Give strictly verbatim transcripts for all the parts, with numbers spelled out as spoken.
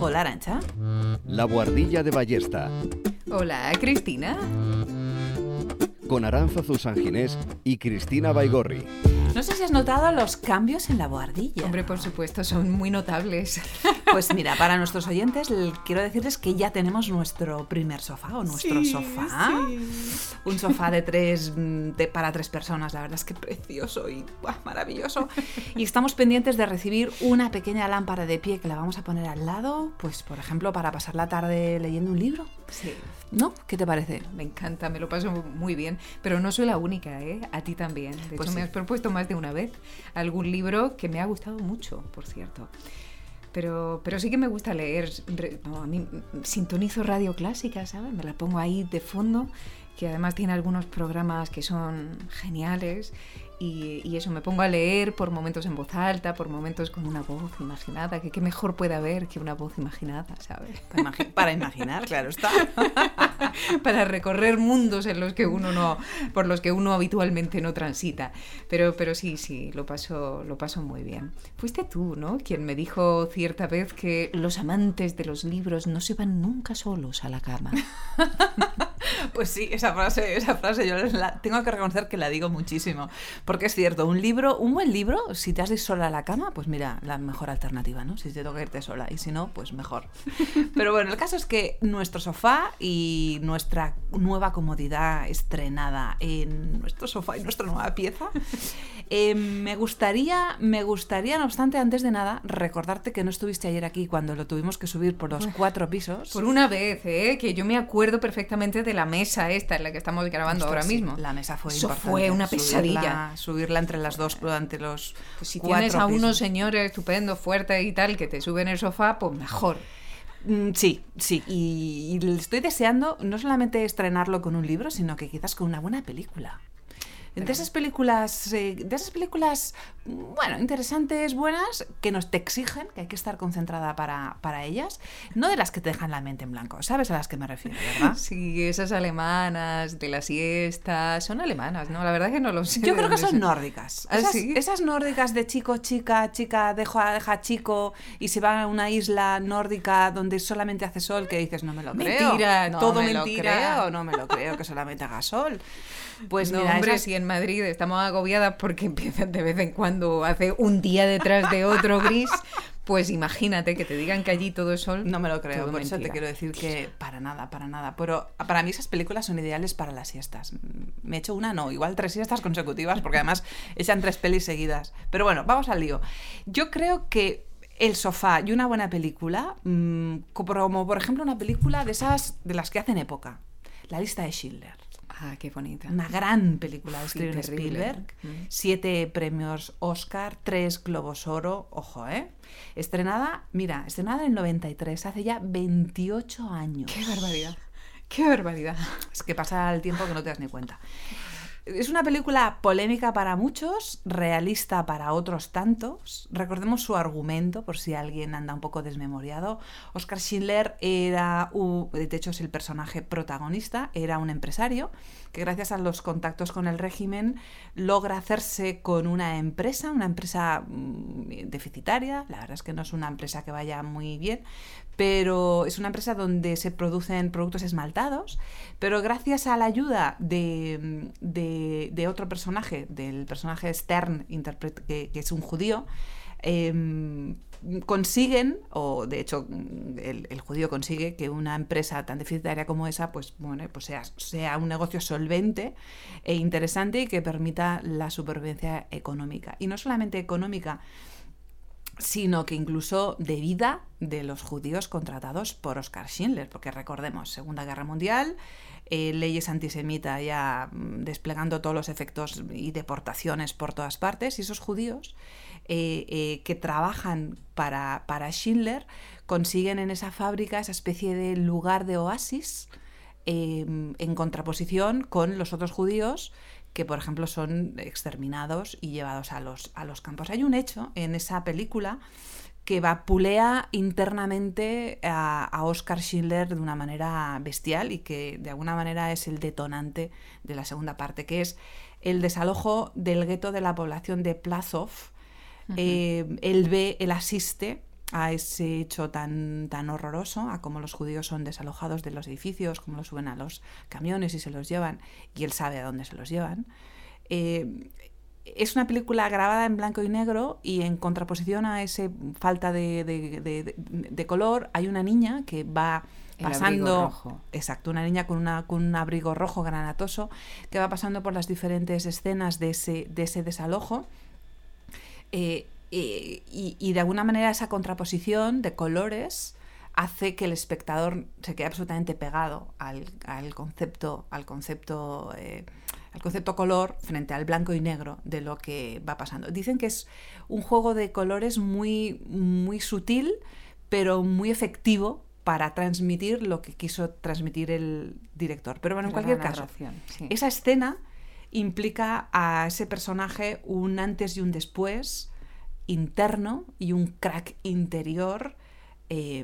Hola, Arantxa. La Buhardilla de Ballesta. Hola, Cristina. Con Aránzazu Sanginés y Cristina Baigorri. No sé si has notado los cambios en la buhardilla. Hombre, por supuesto, son muy notables. Pues mira, para nuestros oyentes quiero decirles que ya tenemos nuestro primer sofá o nuestro sí, sofá. Sí. Un sofá de tres de, para tres personas, la verdad es que precioso y ¡buah, maravilloso. Y estamos pendientes de recibir una pequeña lámpara de pie que la vamos a poner al lado, pues por ejemplo, para pasar la tarde leyendo un libro. Sí. ¿No? ¿Qué te parece? Me encanta, me lo paso muy bien. Pero no soy la única, ¿eh? A ti también. De Pues hecho, sí. me has propuesto más de una vez algún libro que me ha gustado mucho, por cierto. Pero, pero sí que me gusta leer. No, a mí sintonizo radio clásica, ¿sabes? Me la pongo ahí de fondo, que además tiene algunos programas que son geniales. Y, y eso, me pongo a leer por momentos en voz alta, por momentos con una voz imaginada, que qué mejor puede haber que una voz imaginada, ¿sabes? Para, imagi- para imaginar, claro está. Para recorrer mundos en los que uno no, por los que uno habitualmente no transita. Pero, pero sí, sí, lo paso, lo paso muy bien. Fuiste tú, ¿no?, quien me dijo cierta vez que los amantes de los libros no se van nunca solos a la cama. Pues sí, esa frase, esa frase yo la, tengo que reconocer que la digo muchísimo. Porque es cierto, un libro, un buen libro, si te has de ir sola a la cama, pues mira, la mejor alternativa, ¿no? Si te toca irte sola, y si no, pues mejor. Pero bueno, el caso es que nuestro sofá y nuestra nueva comodidad estrenada en nuestro sofá y nuestra nueva pieza, eh, me gustaría, me gustaría, no obstante, antes de nada, recordarte que no estuviste ayer aquí cuando lo tuvimos que subir por los cuatro pisos. Por una vez, ¿eh? Que yo me acuerdo perfectamente de la mesa esta en la que estamos grabando Ostras, ahora sí, mismo. la mesa fue Eso importante. fue una Subirla- pesadilla. Subirla entre las dos, durante los Pues si cuatro tienes a pisos. unos señores estupendos, fuertes y tal, que te suben el sofá, pues mejor. Mm, Sí, sí. Y, y estoy deseando no solamente estrenarlo con un libro, sino que quizás con una buena película. De esas películas, eh, de esas películas, bueno, interesantes, buenas, que nos te exigen, que hay que estar concentrada para, para ellas, no de las que te dejan la mente en blanco, ¿sabes a las que me refiero, verdad? Sí, esas alemanas de la siesta, son alemanas, ¿no? La verdad es que no lo sé. Yo de creo que dónde son son. nórdicas. ¿Ah, Esas, sí? esas nórdicas de chico, chica, chica, deja, deja chico y se va a una isla nórdica donde solamente hace sol, que dices, no me lo creo. Mentira, no todo me mentira. Lo creo, no me lo creo que solamente haga sol. Pues No, mira, hombre, esas- si en Madrid estamos agobiadas porque empiezan de vez en cuando, hace un día detrás de otro gris, pues imagínate que te digan que allí todo es sol. no me lo creo, todo por eso te mentira. quiero decir que para nada, para nada. Pero para mí esas películas son ideales para las siestas. Me he hecho una, no, igual tres siestas consecutivas, porque además echan tres pelis seguidas. Pero bueno, vamos al lío. Yo creo que el sofá y una buena película, mmm, como por ejemplo una película de esas de las que hacen época, La lista de Schindler. Ah, qué bonita. Una gran película de Sí, Steven terrible. Spielberg. Mm. Siete premios Oscar, tres Globos Oro, ojo, ¿eh? Estrenada, mira, estrenada en el noventa y tres, hace ya veintiocho años. Qué barbaridad. Qué barbaridad. Es que pasa el tiempo que no te das ni cuenta. Es una película polémica para muchos, realista para otros tantos. Recordemos su argumento, por si alguien anda un poco desmemoriado. Oskar Schindler era, un, de hecho es el personaje protagonista, era un empresario que gracias a los contactos con el régimen logra hacerse con una empresa, una empresa mmm, deficitaria. La verdad es que no es una empresa que vaya muy bien, pero es una empresa donde se producen productos esmaltados, pero gracias a la ayuda de, de, de otro personaje, del personaje Stern, interpret, que, que es un judío, eh, consiguen, o de hecho el, el judío consigue que una empresa tan deficitaria como esa, pues bueno, pues sea, sea un negocio solvente e interesante y que permita la supervivencia económica. Y no solamente económica, sino que incluso de vida de los judíos contratados por Oskar Schindler, porque recordemos, Segunda Guerra Mundial, eh, leyes antisemitas ya mm, desplegando todos los efectos y deportaciones por todas partes, y esos judíos eh, eh, que trabajan para, para Schindler consiguen en esa fábrica esa especie de lugar de oasis eh, en contraposición con los otros judíos que, por ejemplo, son exterminados y llevados a los, a los campos. Hay un hecho en esa película que vapulea internamente a, a Oskar Schindler de una manera bestial y que de alguna manera es el detonante de la segunda parte, que es el desalojo del gueto de la población de Plaszow. Uh-huh. Eh, él ve, él asiste a ese hecho tan, tan horroroso, a cómo los judíos son desalojados de los edificios, cómo los suben a los camiones y se los llevan, y él sabe a dónde se los llevan. Eh, es una película grabada en blanco y negro, y en contraposición a esa falta de, de, de, de, de color, hay una niña que va pasando, exacto, una niña con, una, con un abrigo rojo granatoso, que va pasando por las diferentes escenas de ese, de ese desalojo, eh, eh, y, y de alguna manera esa contraposición de colores hace que el espectador se quede absolutamente pegado al, al concepto, al concepto, eh, al concepto color frente al blanco y negro de lo que va pasando. Dicen que es un juego de colores muy, muy sutil, pero muy efectivo para transmitir lo que quiso transmitir el director. Pero bueno, en cualquier caso, sí. Esa escena implica a ese personaje un antes y un después interno y un crack interior eh,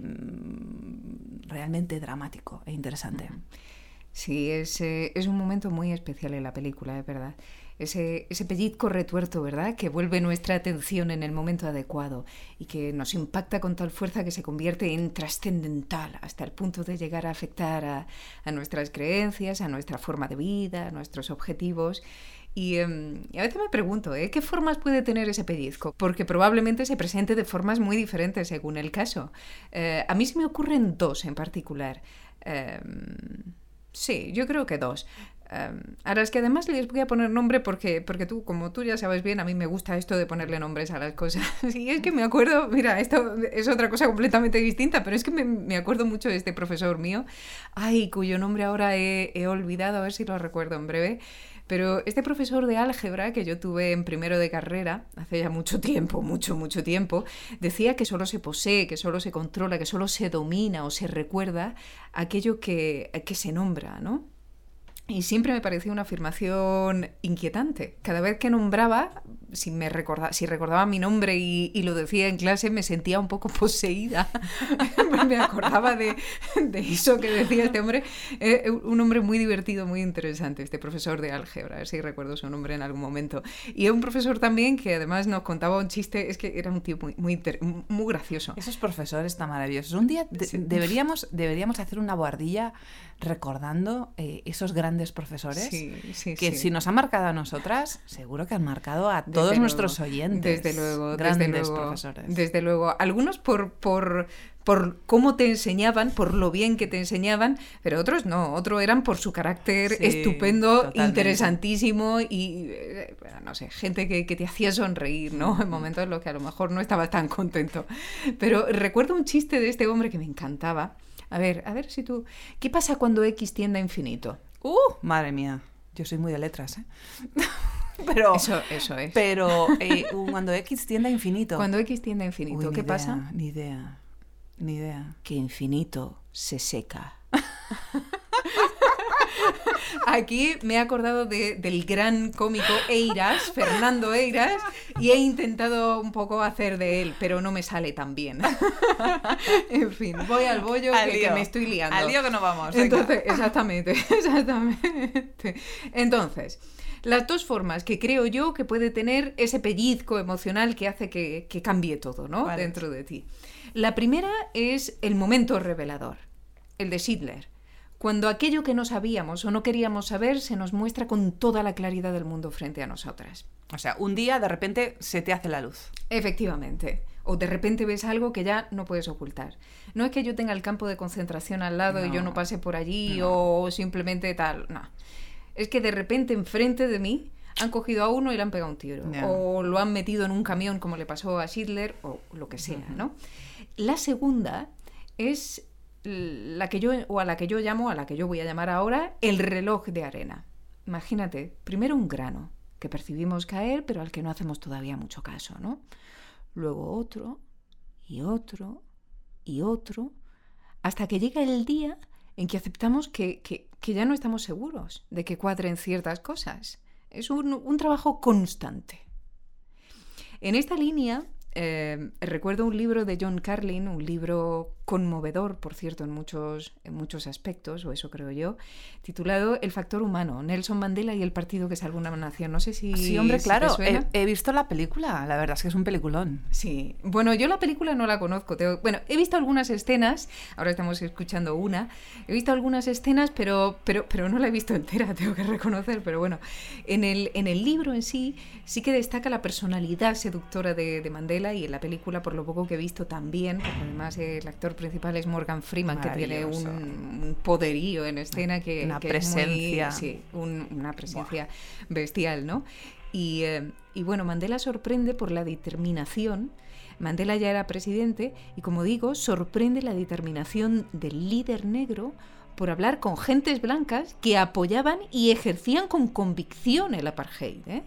realmente dramático e interesante. Sí, es, eh, es un momento muy especial en la película, es verdad. Ese, ese pellizco retuerto, ¿verdad?, que vuelve nuestra atención en el momento adecuado y que nos impacta con tal fuerza que se convierte en trascendental hasta el punto de llegar a afectar a, a nuestras creencias, a nuestra forma de vida, a nuestros objetivos. Y, um, y a veces me pregunto, ¿eh? ¿Qué formas puede tener ese pellizco? Porque probablemente se presente de formas muy diferentes según el caso. Uh, a mí se me ocurren dos en particular. Uh, sí, yo creo que dos. Um, ahora es que además les voy a poner nombre porque, porque tú, como tú ya sabes bien, a mí me gusta esto de ponerle nombres a las cosas. Y es que me acuerdo, mira, esto es otra cosa completamente distinta, pero es que me, me acuerdo mucho de este profesor mío, ay, cuyo nombre ahora he, he olvidado, a ver si lo recuerdo en breve. Pero este profesor de álgebra que yo tuve en primero de carrera, hace ya mucho tiempo, mucho, mucho tiempo, decía que solo se posee, que solo se controla, que solo se domina o se recuerda aquello que, que se nombra, ¿no? Y siempre me parecía una afirmación inquietante. Cada vez que nombraba, si, me recordaba, si recordaba mi nombre y, y lo decía en clase, me sentía un poco poseída. Me acordaba de, de eso que decía este hombre. Eh, un hombre muy divertido, muy interesante, este profesor de álgebra, a ver si recuerdo su nombre en algún momento. Y era un profesor también que además nos contaba un chiste, es que era un tío muy, muy, inter, muy gracioso. Esos profesores tan maravillosos. Un día de, sí. deberíamos, deberíamos hacer una buhardilla recordando eh, esos grandes profesores sí, sí, que sí. si nos han marcado a nosotras, seguro que han marcado a todos desde nuestros luego, oyentes. Desde luego, grandes desde luego, profesores. Desde luego, algunos por, por, por cómo te enseñaban, por lo bien que te enseñaban, pero otros no, otros eran por su carácter sí, estupendo, totalmente. Interesantísimo y, eh, no sé, gente que, que te hacía sonreír, ¿no? En momentos en los que a lo mejor no estabas tan contento. Pero recuerdo un chiste de este hombre que me encantaba. A ver, a ver si tú... ¿Qué pasa cuando X tiende a infinito? ¡Uh! Madre mía, yo soy muy de letras, ¿eh? pero, eso, eso es. Pero eh, cuando X tiende a infinito... Cuando X tiende a infinito, Uy, ¿qué idea, pasa? Ni idea, ni idea. Que infinito se seca. Aquí me he acordado de, del gran cómico Eiras, Fernando Eiras, y he intentado un poco hacer de él, pero no me sale tan bien. En fin, voy al bollo al que, que me estoy liando. Al lío que no vamos. Entonces, exactamente, exactamente. Entonces, las dos formas que creo yo que puede tener ese pellizco emocional que hace que, que cambie todo, ¿no? Vale. Dentro de ti. La primera es el momento revelador, el de Schindler. Cuando aquello que no sabíamos o no queríamos saber se nos muestra con toda la claridad del mundo frente a nosotras. O sea, un día de repente se te hace la luz. Efectivamente. O de repente ves algo que ya no puedes ocultar. No es que yo tenga el campo de concentración al lado no. y yo no pase por allí no. o simplemente tal. No. Es que de repente enfrente de mí han cogido a uno y le han pegado un tiro. No. O lo han metido en un camión como le pasó a Schindler o lo que sea, uh-huh. ¿no? La segunda es... la que yo o a la que yo llamo, a la que yo voy a llamar ahora, el reloj de arena. Imagínate, primero un grano que percibimos caer, pero al que no hacemos todavía mucho caso, ¿no? Luego otro, y otro, y otro, hasta que llega el día en que aceptamos que, que, que ya no estamos seguros de que cuadren ciertas cosas. Es un, un trabajo constante. En esta línea, eh, recuerdo un libro de John Carlin, un libro conmovedor, por cierto, en muchos, en muchos aspectos, o eso creo yo, titulado El factor humano, Nelson Mandela y el partido que salvó una nación. No sé si... Sí, hombre, si claro, te suena. he, he visto la película, la verdad es que es un peliculón. Sí, bueno, yo la película no la conozco. Tengo... Bueno, he visto algunas escenas, ahora estamos escuchando una, he visto algunas escenas, pero, pero, pero no la he visto entera, tengo que reconocer, pero bueno, en el, en el libro en sí, sí que destaca la personalidad seductora de, de Mandela, y en la película, por lo poco que he visto, también, porque además el actor principal es Morgan Freeman, que tiene un, un poderío en escena que, una que presencia. es muy, sí, un, una presencia Buah. bestial, ¿no? Y, eh, y bueno, Mandela sorprende por la determinación. Mandela ya era presidente y, como digo, sorprende la determinación del líder negro por hablar con gentes blancas que apoyaban y ejercían con convicción el apartheid, ¿eh?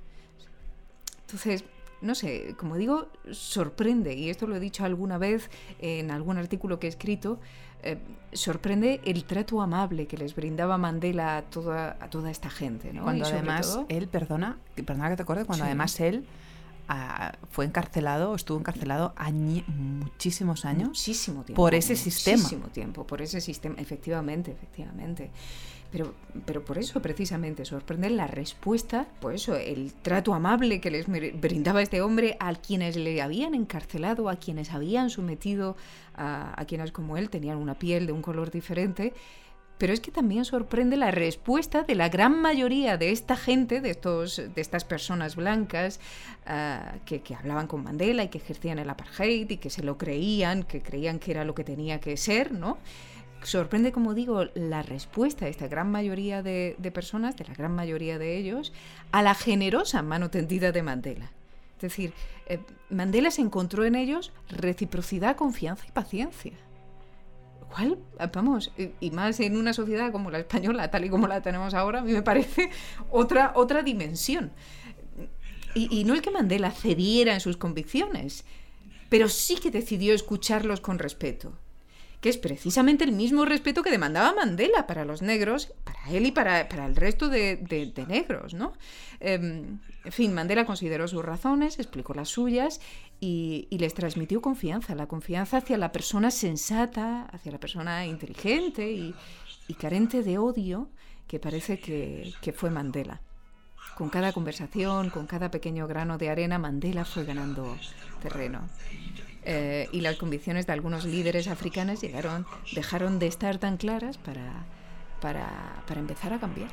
Entonces, no sé, como digo, sorprende, y esto lo he dicho alguna vez en algún artículo que he escrito, eh, sorprende el trato amable que les brindaba Mandela a toda, a toda esta gente, ¿no? Cuando y además todo, él, perdona, perdona que te acuerde, cuando sí. además él uh, fue encarcelado, estuvo encarcelado añi, muchísimos años. Muchísimo tiempo. Por ese sistema. Muchísimo tiempo, por ese sistema, efectivamente, efectivamente. Pero, pero por eso, precisamente, sorprende la respuesta, por eso, el trato amable que les brindaba este hombre a quienes le habían encarcelado, a quienes habían sometido, a, a quienes como él tenían una piel de un color diferente. Pero es que también sorprende la respuesta de la gran mayoría de esta gente, de, estos, de estas personas blancas uh, que, que hablaban con Mandela y que ejercían el apartheid y que se lo creían, que creían que era lo que tenía que ser, ¿no? Sorprende, como digo, la respuesta de esta gran mayoría de, de personas, de la gran mayoría de ellos, a la generosa mano tendida de Mandela. Es decir, eh, Mandela se encontró en ellos reciprocidad, confianza y paciencia. ¿Cuál? Vamos, y más en una sociedad como la española, tal y como la tenemos ahora, a mí me parece otra, otra dimensión. Y, y no es que Mandela cediera en sus convicciones, pero sí que decidió escucharlos con respeto, que es precisamente el mismo respeto que demandaba Mandela para los negros, para él y para, para el resto de, de, de negros, ¿no? Eh, en fin, Mandela consideró sus razones, explicó las suyas y, y les transmitió confianza, la confianza hacia la persona sensata, hacia la persona inteligente y, y carente de odio, que parece que, que fue Mandela. Con cada conversación, con cada pequeño grano de arena, Mandela fue ganando terreno. Eh, y las convicciones de algunos líderes africanos llegaron, dejaron de estar tan claras para, para, para empezar a cambiar.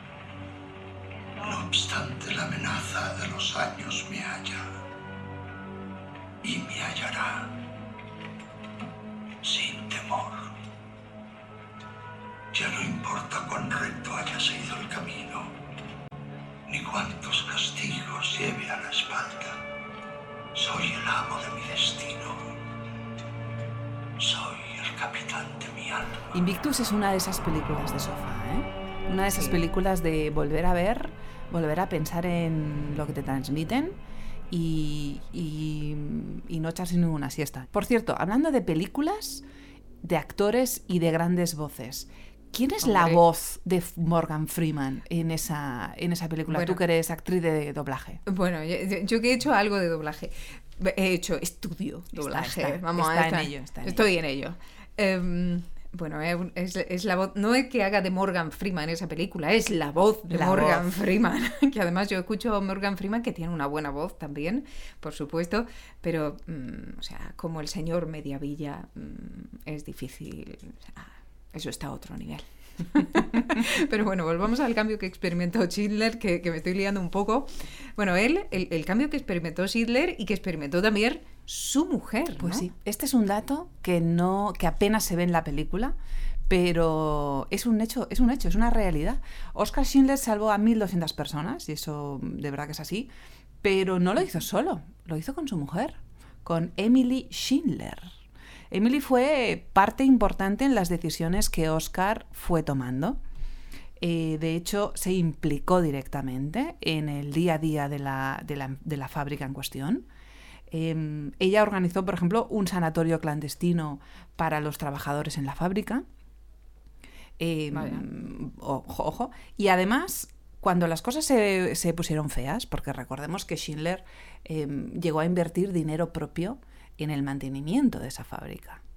No obstante, la amenaza de los años me halla y me hallará sin temor. Ya no importa cuán recto haya sido el camino, ni cuántos castigos lleve a la espalda. Soy el amo de mi destino. Soy el capitán de mi alma. Invictus es una de esas películas de sofá, ¿eh? Una de esas Sí. películas de volver a ver, volver a pensar en lo que te transmiten y, y, y no echarse ninguna siesta. Por cierto, hablando de películas, de actores y de grandes voces, ¿quién es la Hombre. voz de Morgan Freeman en esa, en esa película? Bueno. Tú que eres actriz de doblaje. Bueno, yo, yo que he hecho algo de doblaje. He hecho estudio doblaje. está, Vamos, está está- en ello, está en Estoy en ello. Em, bueno, es, es la voz, no es que haga de Morgan Freeman esa película, es la voz de La Morgan voz. Freeman. Que además yo escucho a Morgan Freeman, que tiene una buena voz también, por supuesto, pero, mm, o sea, como el señor Mediavilla, mm, es difícil. O sea, eso está a otro nivel. Pero bueno, volvamos al cambio que experimentó Schindler, que, que me estoy liando un poco. Bueno, él, el, el cambio que experimentó Schindler y que experimentó también su mujer, Pues ¿no? sí, este es un dato que no, que apenas se ve en la película, pero es un hecho, es un hecho, es una realidad. Oskar Schindler salvó a mil doscientas personas, y eso de verdad que es así, pero no lo hizo solo, lo hizo con su mujer, con Emily Schindler. Emily fue parte importante en las decisiones que Oskar fue tomando. Eh, de hecho, se implicó directamente en el día a día de la, de la, de la fábrica en cuestión. Eh, ella organizó, por ejemplo, un sanatorio clandestino para los trabajadores en la fábrica. Eh, Vaya. ojo, ojo. Y además, cuando las cosas se, se pusieron feas, porque recordemos que Schindler eh, llegó a invertir dinero propio en el mantenimiento de esa fábrica.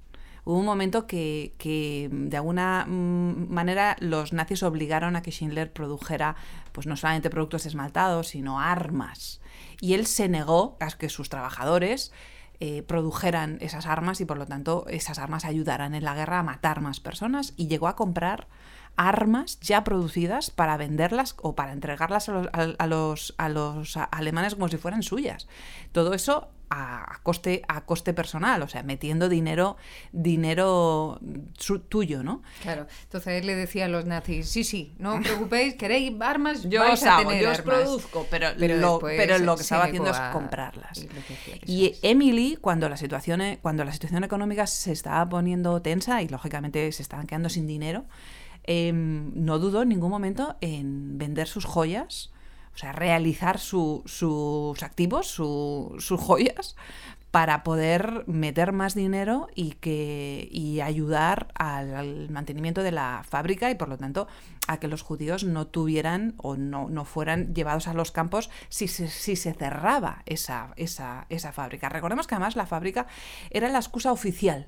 hubo un momento que, que de alguna mm, manera los nazis obligaron a que Schindler produjera pues no solamente productos esmaltados, sino armas. Y él se negó a que sus trabajadores eh, produjeran esas armas y por lo tanto esas armas ayudaran en la guerra a matar más personas, y llegó a comprar armas ya producidas para venderlas o para entregarlas a los, a, a los, a los alemanes como si fueran suyas. Todo eso a, a, coste, a coste personal, o sea, metiendo dinero, dinero su, tuyo, ¿no? Claro, entonces él le decía a los nazis, sí, sí, no os preocupéis, queréis armas, yo vais os a hago, tener yo os armas. produzco, pero, pero, lo, pero lo que estaba haciendo a... es comprarlas. Y, que y es. Emily, cuando la, situación, cuando la situación económica se estaba poniendo tensa y lógicamente se estaban quedando sin dinero, Eh, no dudó en ningún momento en vender sus joyas, o sea, realizar su, sus activos, su, sus joyas, para poder meter más dinero y, que, y ayudar al, al mantenimiento de la fábrica y, por lo tanto, a que los judíos no tuvieran o no, no fueran llevados a los campos si se, si se cerraba esa, esa, esa fábrica. Recordemos que además la fábrica era la excusa oficial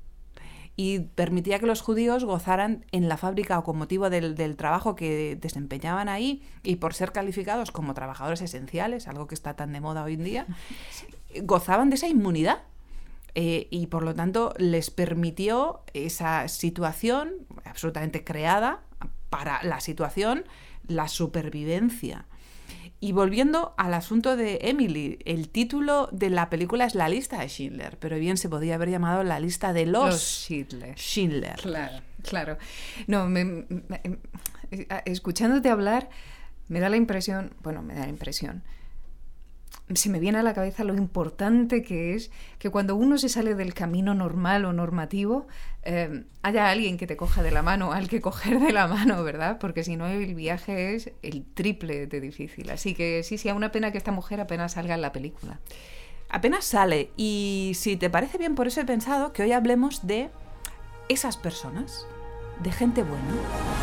y permitía que los judíos gozaran en la fábrica o con motivo del, del trabajo que desempeñaban ahí y por ser calificados como trabajadores esenciales, algo que está tan de moda hoy en día, gozaban de esa inmunidad. Eh, y por lo tanto les permitió esa situación absolutamente creada para la situación, la supervivencia. Y volviendo al asunto de Emily, el título de la película es La lista de Schindler, pero bien se podía haber llamado La lista de los, los Schindler. Schindler. Claro, claro. No, me, me, me, escuchándote hablar, me da la impresión, bueno, me da la impresión, se me viene a la cabeza lo importante que es que cuando uno se sale del camino normal o normativo, eh, haya alguien que te coja de la mano, al que coger de la mano, ¿verdad? Porque si no, el viaje es el triple de difícil. Así que sí, sí, a una pena que esta mujer apenas salga en la película. Apenas sale. Y si te parece bien, por eso he pensado que hoy hablemos de esas personas, de gente buena.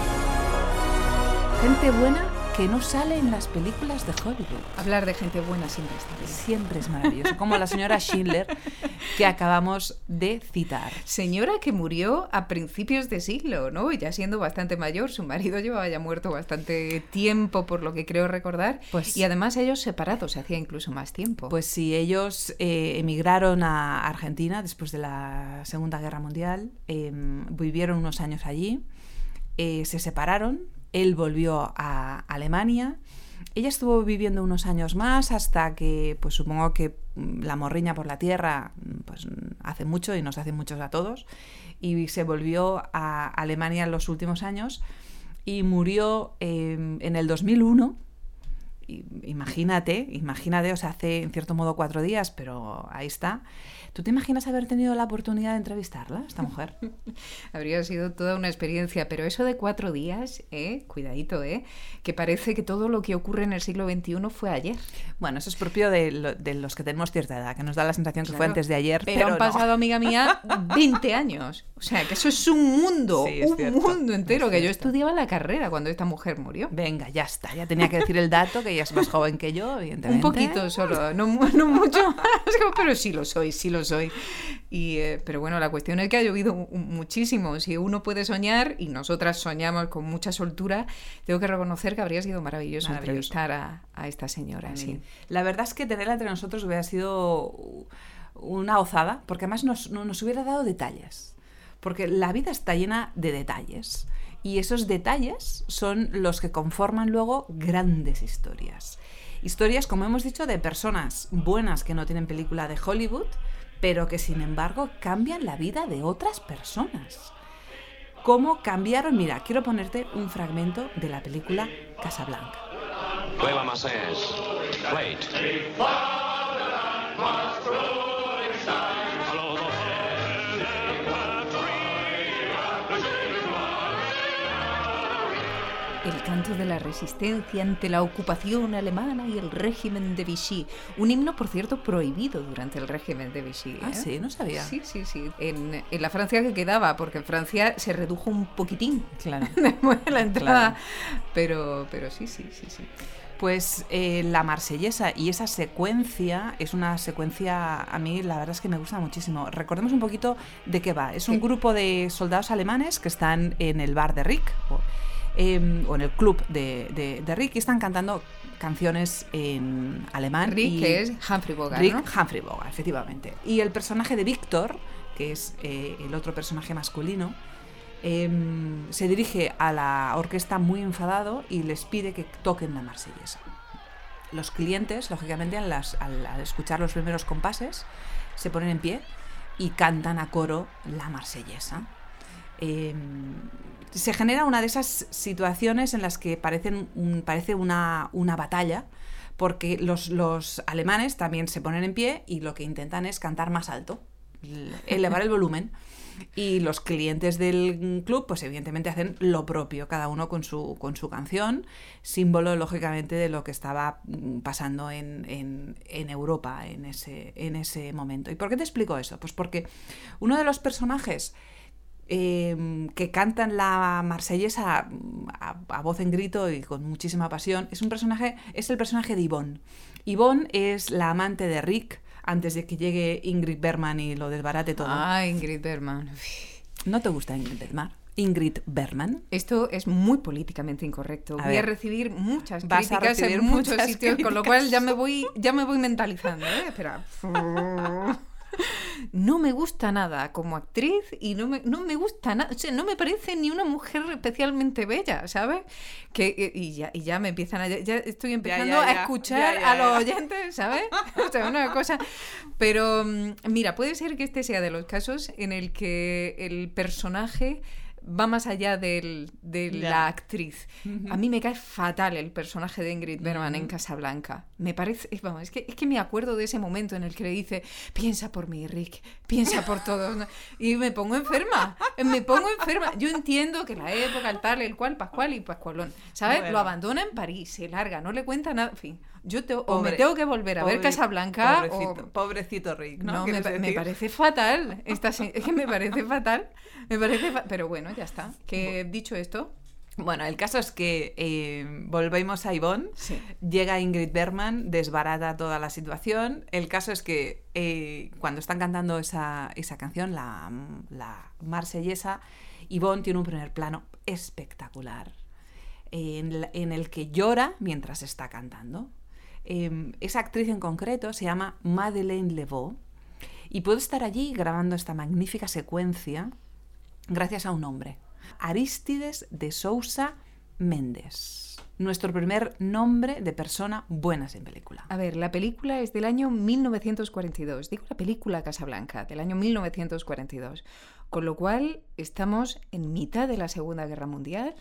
Gente buena que no sale en las películas de Hollywood. Hablar de gente buena siempre está bien. Siempre es maravilloso. Como la señora Schindler que acabamos de citar. Señora que murió a principios de siglo, ¿no? Ya siendo bastante mayor. Su marido llevaba ya muerto bastante tiempo, por lo que creo recordar. Pues, y además ellos separados, se hacía incluso más tiempo. Pues sí, ellos eh, emigraron a Argentina después de la Segunda Guerra Mundial. Eh, vivieron unos años allí. Eh, se separaron. Él volvió a Alemania. Ella estuvo viviendo unos años más hasta que, pues supongo que la morriña por la tierra pues hace mucho y nos hace muchos a todos, y se volvió a Alemania en los últimos años y murió eh, en el dos mil uno. Imagínate, imagínate, o sea, hace en cierto modo cuatro días, pero ahí está. ¿Tú te imaginas haber tenido la oportunidad de entrevistarla, esta mujer? Habría sido toda una experiencia, pero eso de cuatro días, eh, cuidadito, eh, que parece que todo lo que ocurre en el siglo veintiuno fue ayer. Bueno, eso es propio de, lo, de los que tenemos cierta edad, que nos da la sensación que claro, fue antes de ayer, pero, pero han no. pasado, amiga mía, veinte años. O sea, que eso es un mundo, sí, es un cierto, mundo entero, es que cierto. Yo estudiaba la carrera cuando esta mujer murió. Venga, ya está, ya tenía que decir el dato, que ella es más joven que yo, evidentemente. Un poquito solo, no, no mucho, pero sí lo soy, sí lo soy. Y, eh, pero bueno, la cuestión es que ha llovido muchísimo. Si uno puede soñar, y nosotras soñamos con mucha soltura, tengo que reconocer que habría sido maravilloso, maravilloso. entrevistar a, a esta señora. Sí. La verdad es que tenerla entre nosotros hubiera sido una gozada, porque además nos, nos hubiera dado detalles. Porque la vida está llena de detalles. Y esos detalles son los que conforman luego grandes historias. Historias, como hemos dicho, de personas buenas que no tienen película de Hollywood, pero que sin embargo cambian la vida de otras personas. ¿Cómo cambiaron? Mira, quiero ponerte un fragmento de la película Casablanca. Leila Massés, plate. El canto de la resistencia ante la ocupación alemana y el régimen de Vichy. Un himno, por cierto, prohibido durante el régimen de Vichy. ¿eh? Ah, sí, no sabía. Sí, sí, sí. En, en la Francia que quedaba, porque en Francia se redujo un poquitín. Claro. Después de la entrada. Claro. Pero, pero sí, sí, sí, sí. Pues eh, la Marsellesa y esa secuencia es una secuencia, a mí la verdad es que me gusta muchísimo. Recordemos un poquito de qué va. Es un grupo de soldados alemanes que están en el bar de Rick o, eh, o en el club de, de, de Rick y están cantando canciones en alemán. Rick, y que es Humphrey Bogart, Rick ¿no? Humphrey Bogart, efectivamente. Y el personaje de Víctor, que es eh, el otro personaje masculino, Eh, se dirige a la orquesta muy enfadado y les pide que toquen la Marsellesa. Los clientes, lógicamente, al, las, al, al escuchar los primeros compases, se ponen en pie y cantan a coro la Marsellesa. Eh, se genera una de esas situaciones en las que parecen un, parece una, una batalla, porque los, los alemanes también se ponen en pie y lo que intentan es cantar más alto, elevar el volumen. Y los clientes del club, pues evidentemente hacen lo propio, cada uno con su, con su canción, símbolo, lógicamente, de lo que estaba pasando en, en, en Europa en ese, en ese momento. ¿Y por qué te explico eso? Pues porque uno de los personajes eh, que cantan la Marsellesa a, a voz en grito y con muchísima pasión, es un personaje, es el personaje de Yvonne. Yvonne es la amante de Rick, antes de que llegue Ingrid Bergman y lo desbarate todo. Ah, Ingrid Bergman. ¿No te gusta Ingrid Bergman? Ingrid Bergman. Esto es muy políticamente incorrecto. A voy ver, a recibir muchas vas a críticas recibir en muchos muchas sitios, críticas. con lo cual ya me voy, ya me voy mentalizando, ¿eh? Espera. No me gusta nada como actriz y no me, no me gusta nada, o sea, no me parece ni una mujer especialmente bella, ¿sabes? Que, y, ya, y ya me empiezan a... Ya estoy empezando ya, ya, a escuchar ya, ya, a los ya. oyentes, ¿sabes? O sea, una cosa... Pero, mira, puede ser que este sea de los casos en el que el personaje va más allá del, de Ya. la actriz. Ujú. A mí me cae fatal el personaje de Ingrid Bergman en Ujú. Casablanca. Me parece, es, vamos, es que, es que me acuerdo de ese momento en el que le dice, piensa por mí, Rick, piensa por todos. ¿no? Y me pongo enferma, me pongo enferma. Yo entiendo que la época, el tal, el cual, Pascual y Pascualón, ¿sabes? Bueno. Lo abandona en París, se larga, no le cuenta nada, en fin. Yo te, o Pobre- me tengo que volver a ver Pobre- Casablanca pobrecito, o... pobrecito Rick, ¿no? No, me, ¿Quieres pa- me decir? parece fatal. Esta, se- es que me parece fatal. Me parece fa- Pero bueno, ya está. Que dicho esto, Bueno, el caso es que eh, volvemos a Yvonne. sí. Llega Ingrid Bergman, desbarata toda la situación. El caso es que eh, cuando están cantando esa, esa canción, la, la Marsellesa, Yvonne tiene un primer plano espectacular en, la- en el que llora mientras está cantando. Eh, esa actriz en concreto se llama Madeleine Levaux y puede estar allí grabando esta magnífica secuencia gracias a un hombre, Arístides de Sousa Mendes, nuestro primer nombre de persona buenas en película. A ver, la película es del año mil novecientos cuarenta y dos. Digo la película Casablanca, del año mil novecientos cuarenta y dos. Con lo cual, estamos en mitad de la Segunda Guerra Mundial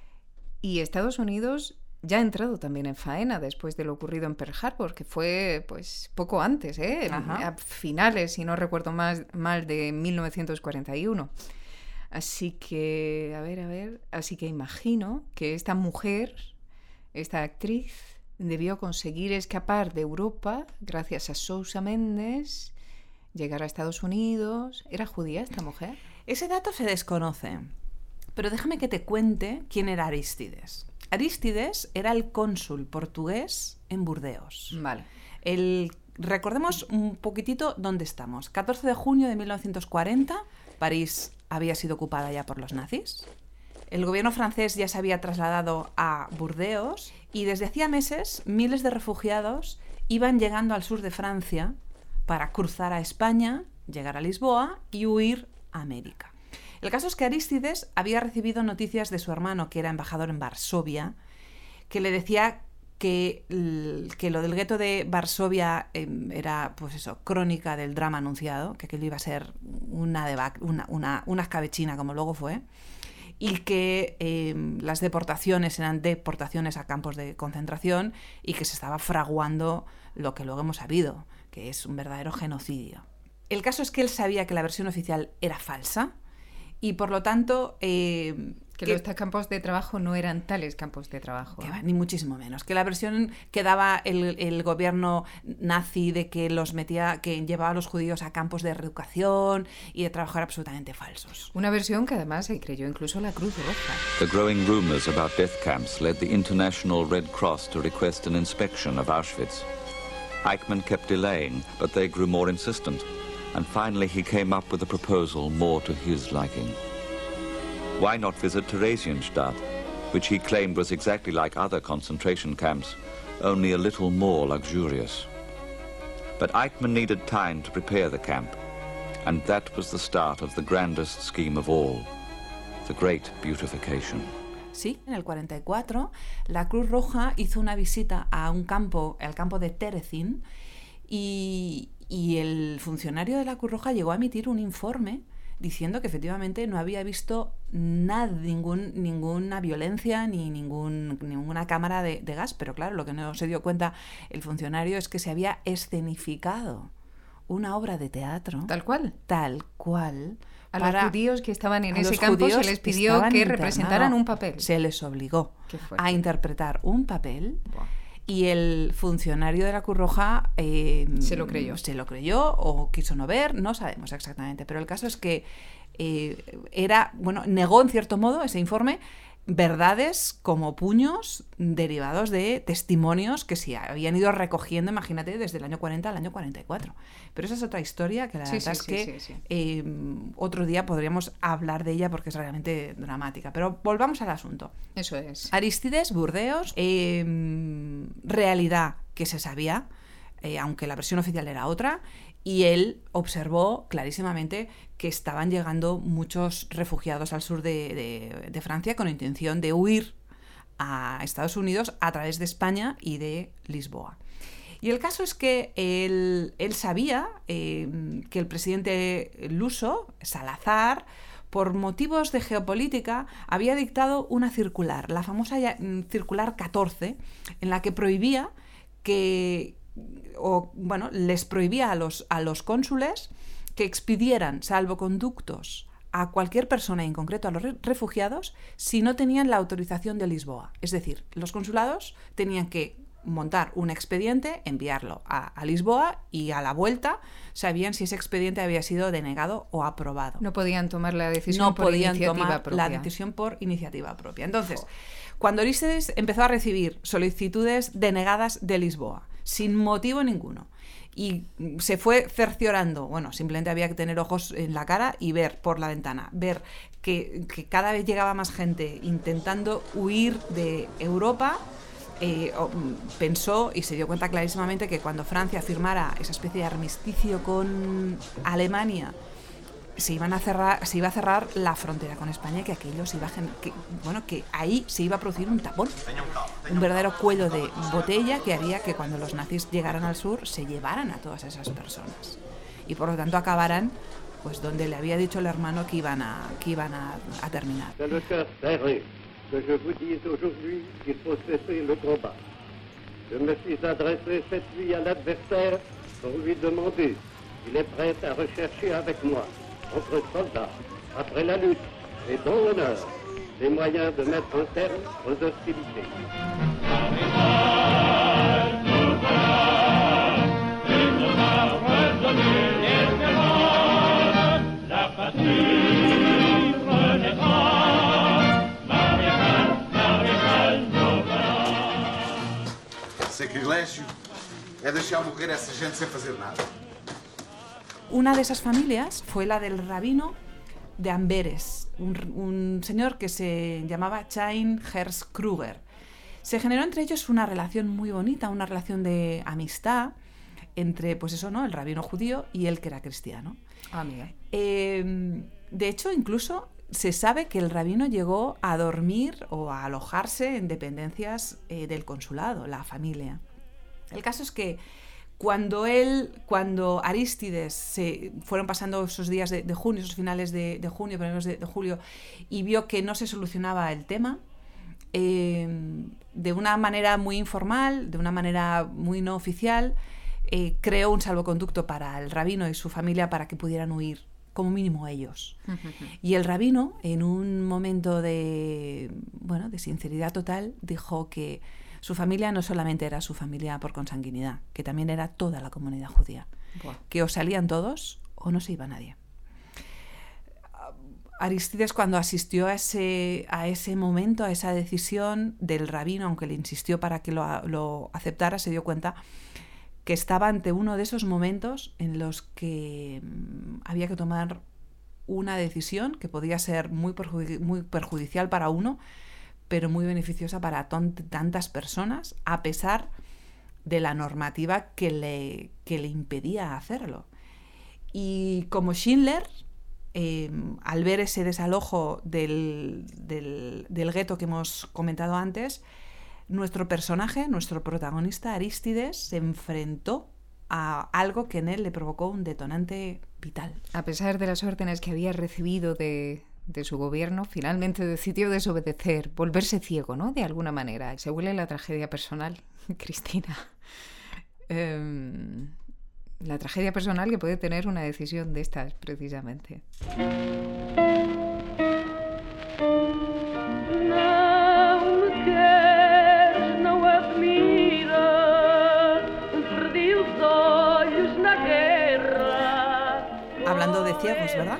y Estados Unidos ya ha entrado también en faena después de lo ocurrido en Pearl Harbor, que fue pues poco antes, ¿eh? Ajá. A finales, si no recuerdo más, mal, de mil novecientos cuarenta y uno. Así que, a ver, a ver, así que imagino que esta mujer, esta actriz, debió conseguir escapar de Europa gracias a Sousa Mendes, llegar a Estados Unidos. ¿Era judía esta mujer? Ese dato se desconoce, pero déjame que te cuente quién era Arístides. Arístides era el cónsul portugués en Burdeos. Vale. El, recordemos un poquitito dónde estamos. catorce de junio de mil novecientos cuarenta, París había sido ocupada ya por los nazis. El gobierno francés ya se había trasladado a Burdeos y desde hacía meses miles de refugiados iban llegando al sur de Francia para cruzar a España, llegar a Lisboa y huir a América. El caso es que Arístides había recibido noticias de su hermano, que era embajador en Varsovia, que le decía que, que lo del gueto de Varsovia eh, era, pues eso, crónica del drama anunciado, que aquello iba a ser una, deba- una, una, una escabechina, como luego fue, y que eh, las deportaciones eran deportaciones a campos de concentración y que se estaba fraguando lo que luego hemos sabido, que es un verdadero genocidio. El caso es que él sabía que la versión oficial era falsa, y por lo tanto eh, Que, que los campos de trabajo no eran tales campos de trabajo. Que va, ni muchísimo menos. Que la versión que daba el, el gobierno nazi de que los metía, que llevaba a los judíos a campos de reeducación y de trabajo era absolutamente falsos. Una versión que además se creyó incluso la Cruz Roja. The growing rumors about death camps led the International Red Cross to request an inspection of Auschwitz. Eichmann kept delaying, but they grew more insistent, and finally he came up with a proposal more to his liking. Why not visit Theresienstadt, which he claimed was exactly like other concentration camps, only a little more luxurious? But Eichmann needed time to prepare the camp, and that was the start of the grandest scheme of all, the Great Beautification. Sí, en el cuarenta y cuatro la Cruz Roja hizo una visita a un campo, al campo de Terezin, y, y el funcionario de la Cruz Roja llegó a emitir un informe diciendo que efectivamente no había visto nada, ningún, ninguna violencia ni ningún, ninguna cámara de, de gas, pero claro, lo que no se dio cuenta el funcionario es que se había escenificado una obra de teatro. ¿Tal cual? Tal cual. A para, los judíos que estaban en ese campo se les pidió que representaran un papel. Se les obligó a interpretar un papel. Buah. Y el funcionario de la Cruz Roja eh, se lo creyó. Se lo creyó o quiso no ver, no sabemos exactamente. Pero el caso es que eh, era, bueno, negó en cierto modo ese informe verdades como puños derivados de testimonios que se habían ido recogiendo, imagínate, desde el año cuarenta al año cuarenta y cuatro. Pero esa es otra historia que la sí, verdad sí, es que sí, sí, sí. Eh, otro día podríamos hablar de ella porque es realmente dramática. Pero volvamos al asunto. Eso es. Aristides, Burdeos, eh, realidad que se sabía, eh, aunque la versión oficial era otra, y él observó clarísimamente que estaban llegando muchos refugiados al sur de, de, de Francia con intención de huir a Estados Unidos a través de España y de Lisboa. Y el caso es que él, él sabía eh, que el presidente luso, Salazar, por motivos de geopolítica, había dictado una circular, la famosa circular catorce, en la que prohibía que, o bueno, les prohibía a los, a los cónsules que expidieran salvoconductos a cualquier persona, en concreto a los refugiados, si no tenían la autorización de Lisboa. Es decir, los consulados tenían que montar un expediente, enviarlo a, a Lisboa y a la vuelta sabían si ese expediente había sido denegado o aprobado. No podían tomar la decisión no por podían iniciativa tomar propia. la decisión por iniciativa propia. Entonces, oh. cuando Aristides empezó a recibir solicitudes denegadas de Lisboa, sin motivo ninguno, y se fue cerciorando, bueno, simplemente había que tener ojos en la cara y ver por la ventana, ver que, que cada vez llegaba más gente intentando huir de Europa. Eh, pensó y se dio cuenta clarísimamente que cuando Francia firmara esa especie de armisticio con Alemania, se iban a cerrar, se iba a cerrar la frontera con España y que aquello se iba a, que, bueno, que ahí se iba a producir un tapón, un verdadero cuello de botella que haría que cuando los nazis llegaran al sur se llevaran a todas esas personas y por lo tanto acabaran pues donde le había dicho el hermano que iban a, que iban a, a terminar. Que je vous dise aujourd'hui qu'il faut cesser le combat. Je me suis adressé cette nuit à l'adversaire pour lui demander s'il est prêt à rechercher avec moi, entre soldats, après la lutte et dans l'honneur, les moyens de mettre un terme aux hostilités. Sacrilégio é deixar morrer essa gente sem fazer nada. Una de esas familias fue la del rabino de Amberes, un, un señor que se llamaba Chaim Herz Kruger. Se generó entre ellos una relación muy bonita, una relación de amistad entre, pues eso, ¿no?, el rabino judío y él que era cristiano. Ah, mira. Eh, de hecho, incluso se sabe que el rabino llegó a dormir o a alojarse en dependencias eh, del consulado, la familia. El caso es que cuando él, cuando Arístides se fueron pasando esos días de, de junio, esos finales de, de junio, primeros de, de julio, y vio que no se solucionaba el tema, eh, de una manera muy informal, de una manera muy no oficial, eh, creó un salvoconducto para el rabino y su familia para que pudieran huir como mínimo ellos. Y el rabino, en un momento de, bueno, de sinceridad total, dijo que su familia no solamente era su familia por consanguinidad, que también era toda la comunidad judía. Wow. Que o salían todos o no se iba nadie. Arístides, cuando asistió a ese, a ese momento, a esa decisión del rabino, aunque le insistió para que lo, lo aceptara, se dio cuenta que estaba ante uno de esos momentos en los que había que tomar una decisión que podía ser muy, perjudi- muy perjudicial para uno, pero muy beneficiosa para ton- tantas personas, a pesar de la normativa que le, que le impedía hacerlo. Y como Schindler, eh, al ver ese desalojo del, del, del gueto que hemos comentado antes, nuestro personaje, nuestro protagonista Arístides, se enfrentó a algo que en él le provocó un detonante vital. A pesar de las órdenes que había recibido de, de su gobierno, finalmente decidió desobedecer, volverse ciego, ¿no? De alguna manera. Se huele la tragedia personal, Cristina. Eh, la tragedia personal que puede tener una decisión de estas, precisamente. Hablando de ciegos, ¿verdad?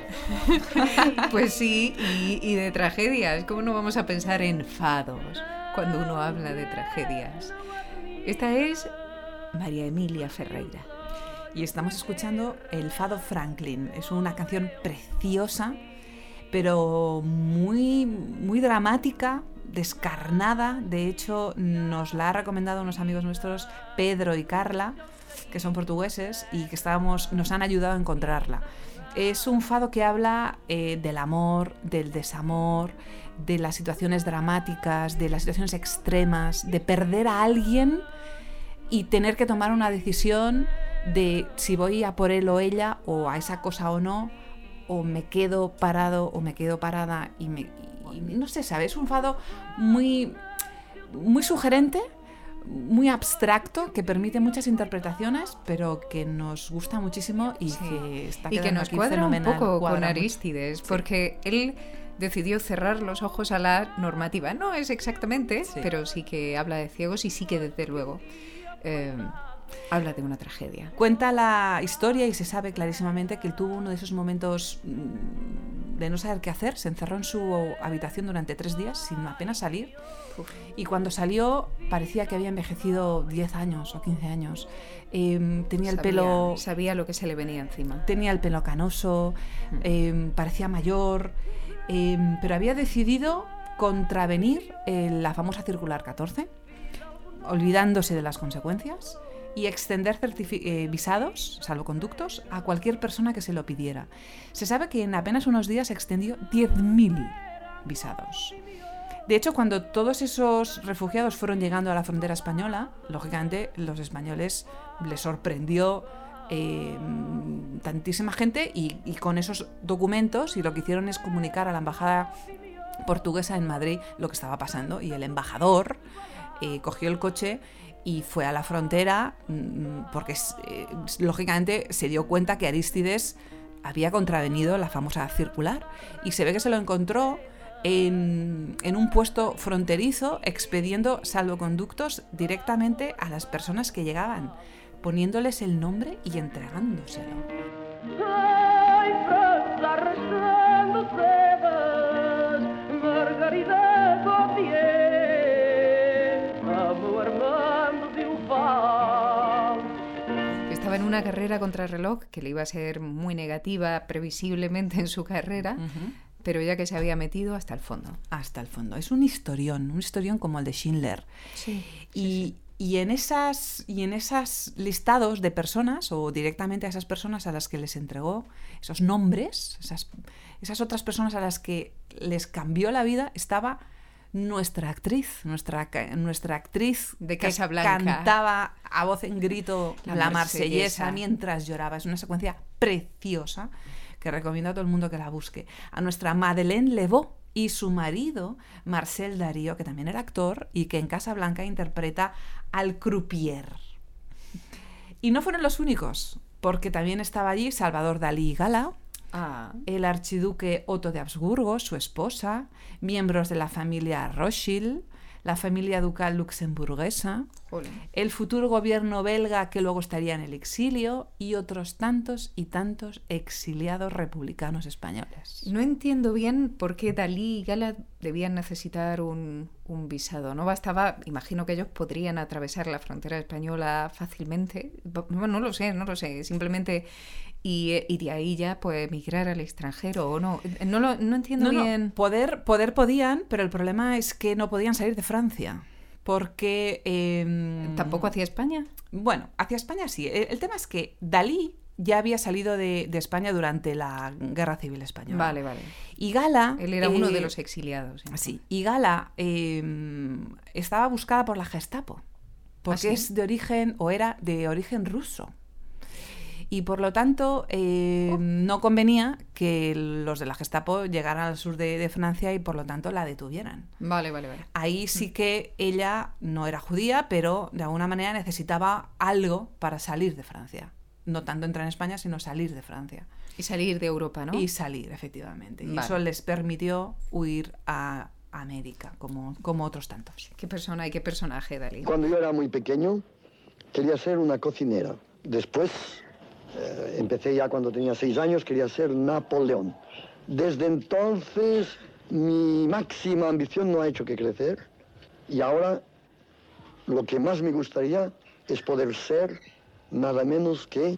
Pues sí, y, y de tragedias. ¿Cómo no vamos a pensar en fados cuando uno habla de tragedias? Esta es María Emilia Ferreira. Y estamos escuchando el Fado Franklin. Es una canción preciosa, pero muy, muy dramática, descarnada. De hecho, nos la ha recomendado unos amigos nuestros, Pedro y Carla, que son portugueses y que estábamos, nos han ayudado a encontrarla. Es un fado que habla eh, del amor, del desamor, de las situaciones dramáticas, de las situaciones extremas, de perder a alguien y tener que tomar una decisión de si voy a por él o ella, o a esa cosa o no, o me quedo parado o me quedo parada y, me, y no sé, ¿sabes? Es un fado muy, muy sugerente, muy abstracto, que permite muchas interpretaciones, pero que nos gusta muchísimo y sí. que está y quedando que nos aquí cuadra fenomenal. un poco cuadra con mucho. Arístides, Sí. porque él decidió cerrar los ojos a la normativa. No es exactamente, Sí. pero sí que habla de ciegos y sí que desde luego eh, habla de una tragedia. Cuenta la historia y se sabe clarísimamente que él tuvo uno de esos momentos de no saber qué hacer. Se encerró en su habitación durante tres días sin apenas salir. Uf. Y cuando salió parecía que había envejecido diez años o quince años. Eh, tenía el sabía, pelo... Sabía lo que se le venía encima. Tenía el pelo canoso, mm. eh, parecía mayor, eh, pero había decidido contravenir eh, la famosa Circular catorce, olvidándose de las consecuencias, y extender certifi- eh, visados, salvoconductos, a cualquier persona que se lo pidiera. Se sabe que en apenas unos días extendió diez mil visados. De hecho, cuando todos esos refugiados fueron llegando a la frontera española, lógicamente los españoles les sorprendió eh, tantísima gente y, y con esos documentos, y lo que hicieron es comunicar a la embajada portuguesa en Madrid lo que estaba pasando, y el embajador eh, cogió el coche y fue a la frontera porque eh, lógicamente se dio cuenta que Arístides había contravenido la famosa circular, y se ve que se lo encontró en, en un puesto fronterizo expediendo salvoconductos directamente a las personas que llegaban, poniéndoles el nombre y entregándoselo. Ay, Francia, rezando Tebas, Margarida Gautier, amo Armando Triunfal. Estaba en una carrera contrarreloj que le iba a ser muy negativa previsiblemente en su carrera, uh-huh. pero ya que se había metido hasta el fondo. Hasta el fondo. Es un historión, un historión como el de Schindler. Sí, y, sí, sí. y en esas y en esos listados de personas, o directamente a esas personas a las que les entregó esos nombres, esas, esas otras personas a las que les cambió la vida, estaba nuestra actriz, nuestra, nuestra actriz de que Casablanca, cantaba a voz en grito la, la marsellesa. marsellesa mientras lloraba. Es una secuencia preciosa que recomiendo a todo el mundo que la busque. A nuestra Madeleine Levaux y su marido, Marcel Darío, que también era actor y que en Casablanca interpreta al croupier. Y no fueron los únicos, porque también estaba allí Salvador Dalí y Gala, Ah. el archiduque Otto de Habsburgo, su esposa, miembros de la familia Rothschild, la familia ducal luxemburguesa, Jolín. el futuro gobierno belga que luego estaría en el exilio y otros tantos y tantos exiliados republicanos españoles. No entiendo bien por qué Dalí y Gala debían necesitar un, un visado. No bastaba, imagino que ellos podrían atravesar la frontera española fácilmente. No, no lo sé, no lo sé. Simplemente y, y de ahí ya pues emigrar al extranjero o no. No lo no entiendo No, no, bien. poder, poder podían, pero el problema es que no podían salir de Francia. Porque... Eh, ¿Tampoco hacia España? Bueno, hacia España sí. El, el tema es que Dalí ya había salido de, de España durante la Guerra Civil Española. Vale, vale. Y Gala... Él era eh, uno de los exiliados. Entonces. Sí, y Gala eh, estaba buscada por la Gestapo. Porque ¿Ah, sí? es de origen, o era de origen ruso. Y por lo tanto, eh, Oh. no convenía que los de la Gestapo llegaran al sur de, de Francia y por lo tanto la detuvieran. Vale, vale, vale. Ahí sí que ella no era judía, pero de alguna manera necesitaba algo para salir de Francia. No tanto entrar en España, sino salir de Francia. Y salir de Europa, ¿no? Y salir, efectivamente. Y Vale. eso les permitió huir a América, como, como otros tantos. Qué persona y qué personaje, Dalí. Cuando yo era muy pequeño, quería ser una cocinera. Después, eh, empecé ya cuando tenía seis años, quería ser Napoleón. Desde entonces, mi máxima ambición no ha hecho que crecer. Y ahora, lo que más me gustaría es poder ser nada menos que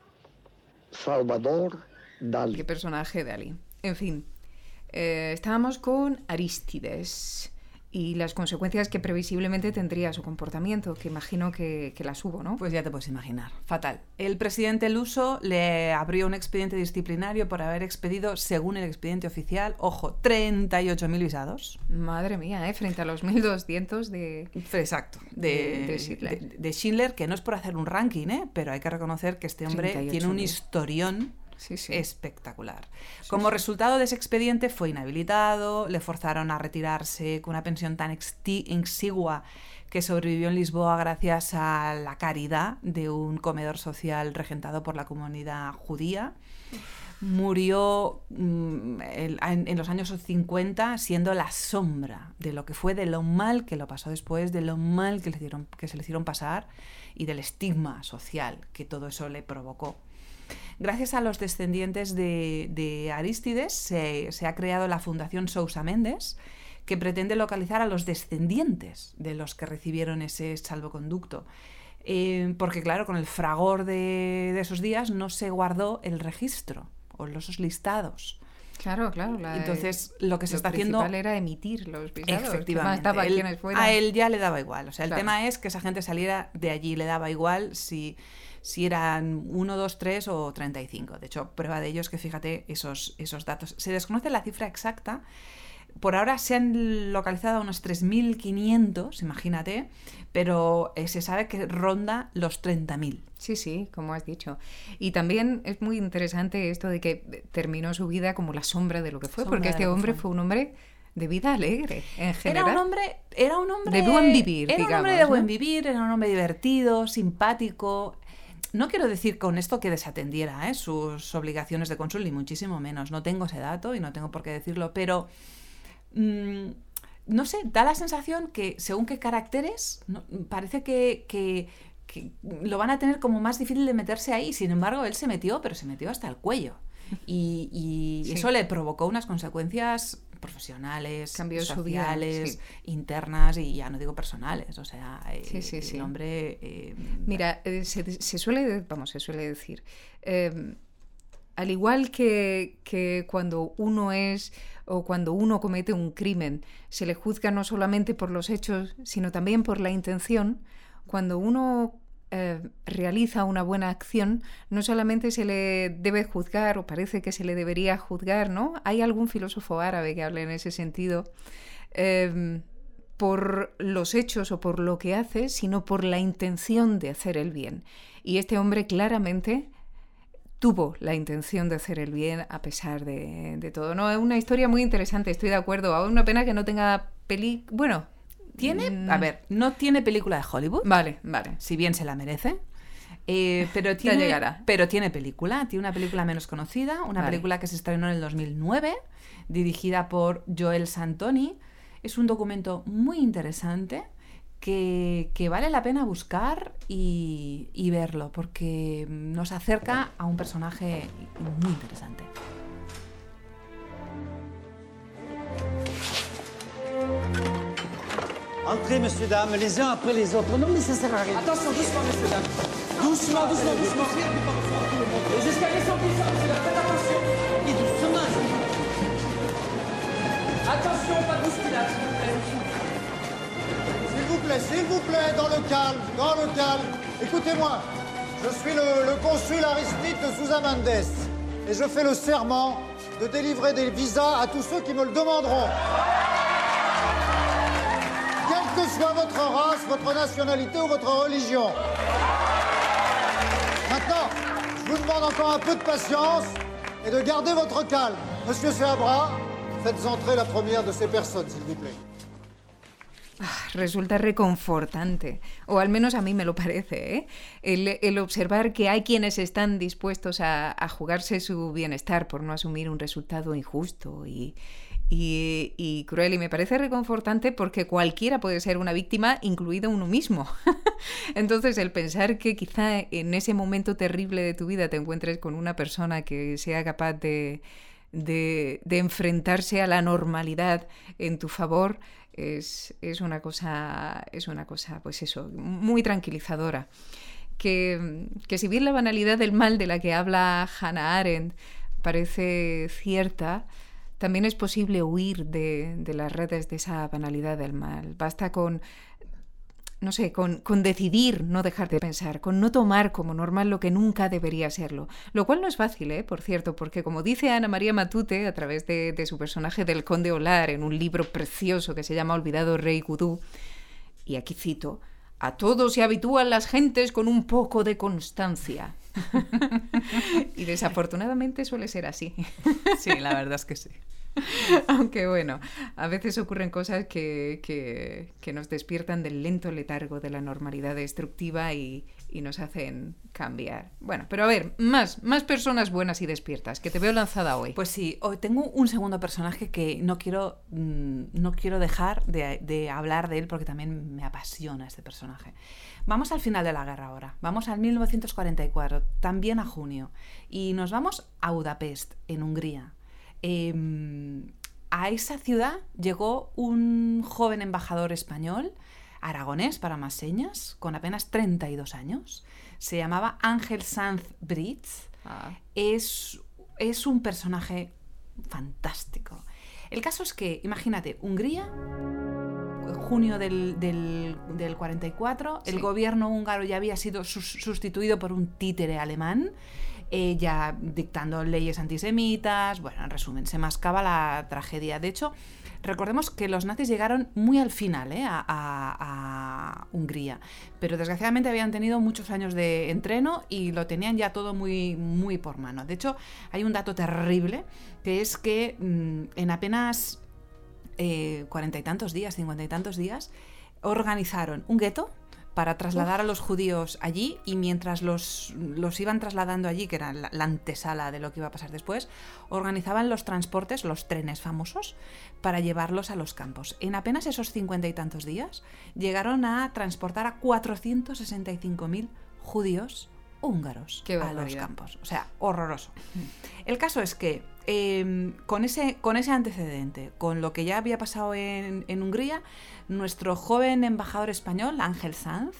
Salvador Dalí. Qué personaje, Dalí. En fin, eh, estábamos con Arístides y las consecuencias que previsiblemente tendría su comportamiento, que imagino que, que las hubo, ¿no? Pues ya te puedes imaginar. Fatal. El presidente luso le abrió un expediente disciplinario por haber expedido, según el expediente oficial, ojo, treinta y ocho mil visados. Madre mía, ¿eh? Frente a los mil doscientos de... Exacto. De, De- de Schindler. de- de Schindler, que no es por hacer un ranking, ¿eh? Pero hay que reconocer que este hombre treinta y ocho tiene un mil. historión Sí, sí. espectacular. Como resultado de ese expediente fue inhabilitado, le forzaron a retirarse con una pensión tan exti- exigua que sobrevivió en Lisboa gracias a la caridad de un comedor social regentado por la comunidad judía. Murió mm, el- en, en los años cincuenta siendo la sombra de lo que fue, de lo mal que lo pasó después, de lo mal que, le hicieron, que se le hicieron pasar y del estigma social que todo eso le provocó. Gracias a los descendientes de, de Arístides se, se ha creado la Fundación Sousa Mendes, que pretende localizar a los descendientes de los que recibieron ese salvoconducto. Eh, porque claro, con el fragor de, de esos días no se guardó el registro o los listados. Claro, claro. La, Entonces, lo que se está haciendo... principal era emitir los visados. Efectivamente. ¿Qué más daba Él- quienes fueran? a él ya le daba igual. O sea, el Claro. tema es que esa gente saliera de allí, le daba igual si, si eran uno, dos, tres o treinta y cinco. De hecho, prueba de ello es que fíjate esos, esos datos. Se desconoce la cifra exacta. Por ahora se han localizado unos tres mil quinientos, imagínate, pero eh, se sabe que ronda los treinta mil. Sí, sí, como has dicho. Y también es muy interesante esto de que terminó su vida como la sombra de lo que fue, Sombra porque de este lo que hombre fue. fue un hombre de vida alegre, en general. Era un hombre, era un hombre de buen vivir, era digamos. un hombre de ¿no? buen vivir, era un hombre divertido, simpático. No quiero decir con esto que desatendiera ¿eh? sus obligaciones de cónsul, ni muchísimo menos. No tengo ese dato y no tengo por qué decirlo, pero mmm, no sé, da la sensación que según qué caracteres, ¿no? parece que, que, que lo van a tener como más difícil de meterse ahí. Sin embargo, él se metió, pero se metió hasta el cuello. Y, y Sí. eso le provocó unas consecuencias profesionales, Cambió su vida, sociales, sí. internas y ya no digo personales. O sea, Sí, sí, el sí. hombre... eh, Mira, eh, se, se suele, vamos, se suele decir, eh, al igual que, que cuando uno es o cuando uno comete un crimen, se le juzga no solamente por los hechos, sino también por la intención, cuando uno eh, realiza una buena acción, no solamente se le debe juzgar, o parece que se le debería juzgar, ¿no? Hay algún filósofo árabe que hable en ese sentido, eh, por los hechos o por lo que hace, sino por la intención de hacer el bien. Y este hombre claramente tuvo la intención de hacer el bien a pesar de, de todo. No, es una historia muy interesante, estoy de acuerdo. Aún una pena que no tenga peli... Bueno, tiene, mm, a ver, no tiene película de Hollywood, Vale, vale. si bien se la merece. Eh, pero, tiene, llegará. pero tiene película, tiene una película menos conocida, una Vale. película que se estrenó en el dos mil nueve, dirigida por Joel Santoni. Es un documento muy interesante que, que vale la pena buscar y, y verlo, porque nos acerca a un personaje muy interesante. Entrez, messieurs, dames, les uns après les autres. Non, mais ça sert à rien. Attention, doucement, messieurs, dames. Doucement, doucement, doucement. Les escaliers sont glissants, messieurs, dames. Faites attention. Et doucement. Attention, pas de bousculade, s'il vous plaît. S'il vous plaît, s'il vous plaît, dans le calme, dans le calme. Écoutez-moi, je suis le, le consul Aristide de Sousa Mendes et je fais le serment de délivrer des visas à tous ceux qui me le demanderont. Quelle que soit votre race, votre nationalité ou votre religion. Maintenant, je vous demande encore un peu de patience et de garder votre calme. Monsieur Seabra, faites entrer la première de ces personnes, s'il vous plaît. Resulta reconfortante, o al menos a mí me lo parece, ¿eh? el, el observar que hay quienes están dispuestos a, a jugarse su bienestar por no asumir un resultado injusto y, y, y cruel. Y me parece reconfortante porque cualquiera puede ser una víctima, incluido uno mismo. Entonces, el pensar que quizá en ese momento terrible de tu vida te encuentres con una persona que sea capaz de, de, de enfrentarse a la normalidad en tu favor es, es una cosa, es una cosa, pues eso, muy tranquilizadora. Que, que si bien la banalidad del mal de la que habla Hannah Arendt parece cierta, también es posible huir de, de las redes de esa banalidad del mal. Basta con, no sé, con, con decidir no dejar de pensar, con no tomar como normal lo que nunca debería serlo. Lo cual no es fácil, ¿eh? Por cierto, porque como dice Ana María Matute a través de, de su personaje del Conde Olar en un libro precioso que se llama Olvidado Rey Gudú, y aquí cito: a todo se habitúan las gentes con un poco de constancia. Y desafortunadamente suele ser así. Sí, la verdad es que sí. Aunque bueno, a veces ocurren cosas que, que, que nos despiertan del lento letargo de la normalidad destructiva y, y nos hacen cambiar. Bueno, pero a ver, más, más personas buenas y despiertas, que te veo lanzada hoy. Pues sí, hoy tengo un segundo personaje que no quiero, no quiero dejar de, de hablar de él porque también me apasiona este personaje. Vamos al final de la guerra ahora, vamos al mil novecientos cuarenta y cuatro, también a junio, y nos vamos a Budapest, en Hungría. Eh, a esa ciudad llegó un joven embajador español, aragonés para más señas, con apenas treinta y dos años. Se llamaba Ángel Sanz Brits. Ah. Es, es un personaje fantástico. El caso es que, imagínate, Hungría, junio del, del, del cuarenta y cuatro, sí. El gobierno húngaro ya había sido sus, sustituido por un títere alemán, eh, ya dictando leyes antisemitas. Bueno, en resumen, se mascaba la tragedia. De hecho, recordemos que los nazis llegaron muy al final ¿eh? a, a, a Hungría, pero desgraciadamente habían tenido muchos años de entreno y lo tenían ya todo muy, muy por mano. De hecho, hay un dato terrible, que es que mmm, en apenas eh, cuarenta y tantos días, cincuenta y tantos días, organizaron un gueto para trasladar a los judíos allí, y mientras los, los iban trasladando allí, que era la, la antesala de lo que iba a pasar después, organizaban los transportes, los trenes famosos, para llevarlos a los campos. En apenas esos cincuenta y tantos días llegaron a transportar a cuatrocientos sesenta y cinco mil judíos húngaros a los campos. O sea, horroroso. El caso es que eh, con, ese, con ese antecedente, con lo que ya había pasado en, en Hungría, nuestro joven embajador español, Ángel Sanz,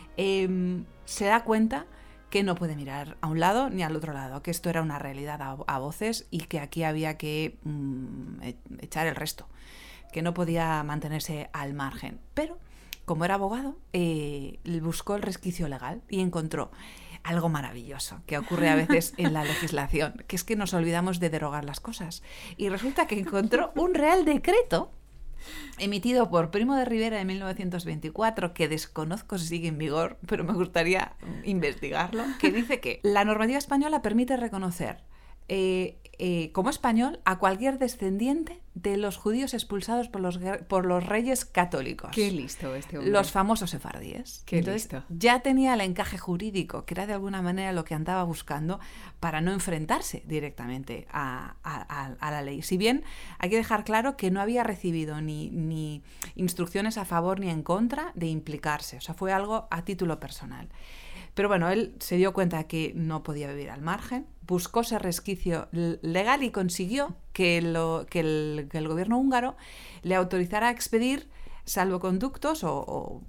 eh, se da cuenta que no puede mirar a un lado ni al otro lado, que esto era una realidad a, a voces y que aquí había que mm, echar el resto, que no podía mantenerse al margen. Pero, como era abogado, eh, buscó el resquicio legal y encontró algo maravilloso que ocurre a veces en la legislación, que es que nos olvidamos de derogar las cosas. Y resulta que encontró un Real Decreto emitido por Primo de Rivera en mil novecientos veinticuatro, que desconozco si sigue en vigor, pero me gustaría investigarlo, que dice que la normativa española permite reconocer eh, eh, como español a cualquier descendiente de los judíos expulsados por los, por los reyes católicos. Qué listo este hombre. Los famosos sefardíes. Qué Entonces, listo. ya tenía el encaje jurídico, que era de alguna manera lo que andaba buscando para no enfrentarse directamente a, a, a la ley. Si bien hay que dejar claro que no había recibido ni, ni instrucciones a favor ni en contra de implicarse. O sea, fue algo a título personal. Pero bueno, él se dio cuenta que no podía vivir al margen, buscó ese resquicio legal y consiguió que, lo, que, el, que el gobierno húngaro le autorizara a expedir salvoconductos o, o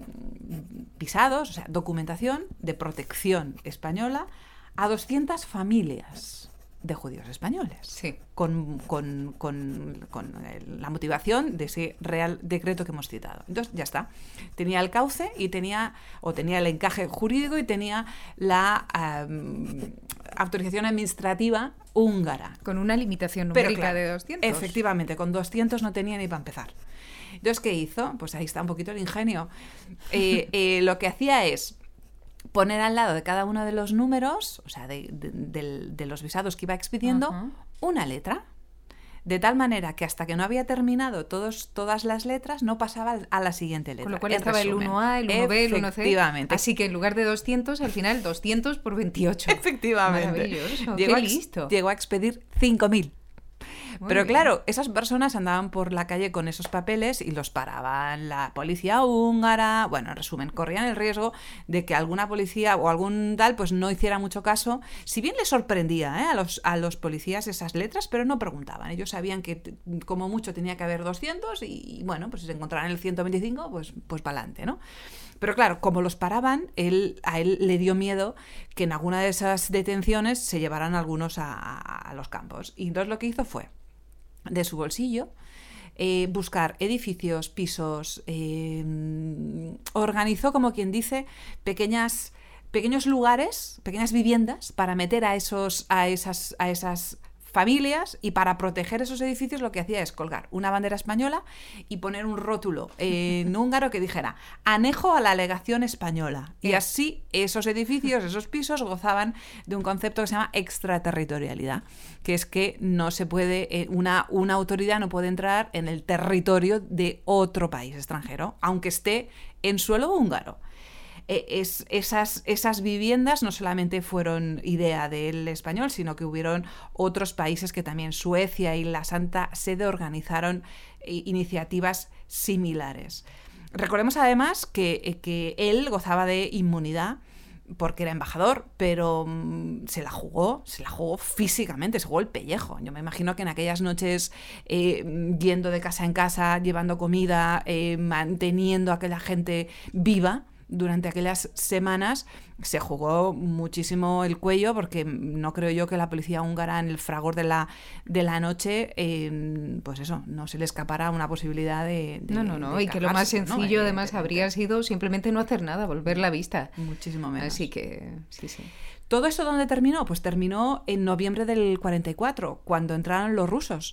visados, o sea, documentación de protección española a doscientas familias de judíos españoles, sí. con, con, con, con la motivación de ese real decreto que hemos citado. Entonces, ya está. Tenía el cauce y tenía, o tenía el encaje jurídico y tenía la um, autorización administrativa húngara. Con una limitación numérica claro, de doscientos. Efectivamente, con doscientos no tenía ni para empezar. Entonces, ¿qué hizo? Pues ahí está un poquito el ingenio. Eh, eh, lo que hacía es poner al lado de cada uno de los números, o sea, de, de, de, de los visados que iba expidiendo, uh-huh. una letra, de tal manera que hasta que no había terminado todos, todas las letras, no pasaba a la siguiente letra. Con lo cual estaba resumen. el uno A, el uno B, el uno C. Efectivamente. Así que en lugar de doscientos, al final doscientos por veintiocho. Efectivamente. Maravilloso, llegó qué a, listo. Llegó a expedir cinco mil. Muy Pero bien. claro, esas personas andaban por la calle con esos papeles y los paraban la policía húngara. Bueno, en resumen, corrían el riesgo de que alguna policía o algún tal pues no hiciera mucho caso. Si bien les sorprendía ¿eh? a, los, a los policías esas letras, pero no preguntaban. Ellos sabían que como mucho tenía que haber doscientos y, y bueno, pues si se encontraran el ciento veinticinco, pues, pues para adelante, ¿no? Pero claro, como los paraban, él, a él le dio miedo que en alguna de esas detenciones se llevaran algunos a, a, a los campos. Y entonces lo que hizo fue, de su bolsillo, eh, buscar edificios, pisos, eh, organizó, como quien dice, pequeñas, pequeños lugares, pequeñas viviendas para meter a, esos, a, esas, a esas familias, y para proteger esos edificios lo que hacía es colgar una bandera española y poner un rótulo en húngaro que dijera anejo a la legación española. Y así esos edificios, esos pisos gozaban de un concepto que se llama extraterritorialidad, que es que no se puede, una, una autoridad no puede entrar en el territorio de otro país extranjero, aunque esté en suelo húngaro. Es, esas, esas viviendas no solamente fueron idea del español, sino que hubieron otros países que también, Suecia y la Santa Sede, organizaron iniciativas similares. Recordemos además que, que él gozaba de inmunidad porque era embajador, pero mmm, se la jugó, se la jugó físicamente, se jugó el pellejo. Yo me imagino que en aquellas noches, eh, yendo de casa en casa, llevando comida, eh, manteniendo a aquella gente viva, durante aquellas semanas se jugó muchísimo el cuello, porque no creo yo que la policía húngara en el fragor de la, de la noche, eh, pues eso, no se le escapara una posibilidad de, de No, no, no, de y que lo más sencillo ¿no? además habría sido simplemente no hacer nada, volver la vista. Muchísimo menos. Así que, sí, sí. ¿Todo esto dónde terminó? Pues terminó en noviembre del cuarenta y cuatro, cuando entraron los rusos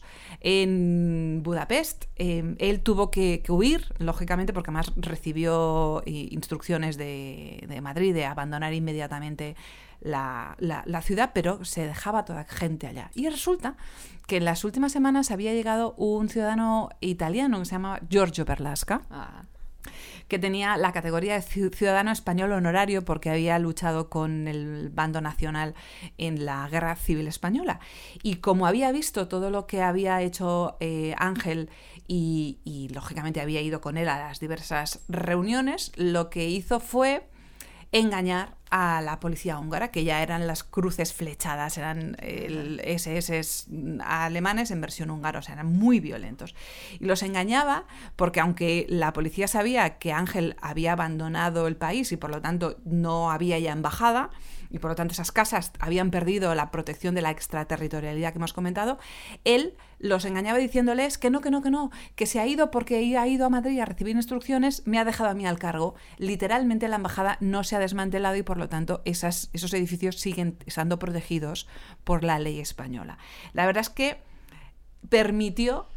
en Budapest. Eh, él tuvo que, que huir, lógicamente, porque además recibió eh, instrucciones de, de Madrid de abandonar inmediatamente la, la, la ciudad, pero se dejaba toda gente allá. Y resulta que en las últimas semanas había llegado un ciudadano italiano que se llamaba Giorgio Perlasca, ah. que tenía la categoría de ciudadano español honorario porque había luchado con el bando nacional en la Guerra Civil Española. Y como había visto todo lo que había hecho eh, Ángel y, y lógicamente había ido con él a las diversas reuniones, lo que hizo fue engañar a la policía húngara, que ya eran las cruces flechadas, eran el ese ese alemanes en versión húngara, o sea, eran muy violentos. Y los engañaba porque, aunque la policía sabía que Ángel había abandonado el país y por lo tanto no había ya embajada, y por lo tanto esas casas habían perdido la protección de la extraterritorialidad que hemos comentado, él los engañaba diciéndoles que no, que no, que no, que se ha ido porque ha ido a Madrid a recibir instrucciones, me ha dejado a mí al cargo. Literalmente la embajada no se ha desmantelado y por lo tanto esas, esos edificios siguen estando protegidos por la ley española. La verdad es que permitió,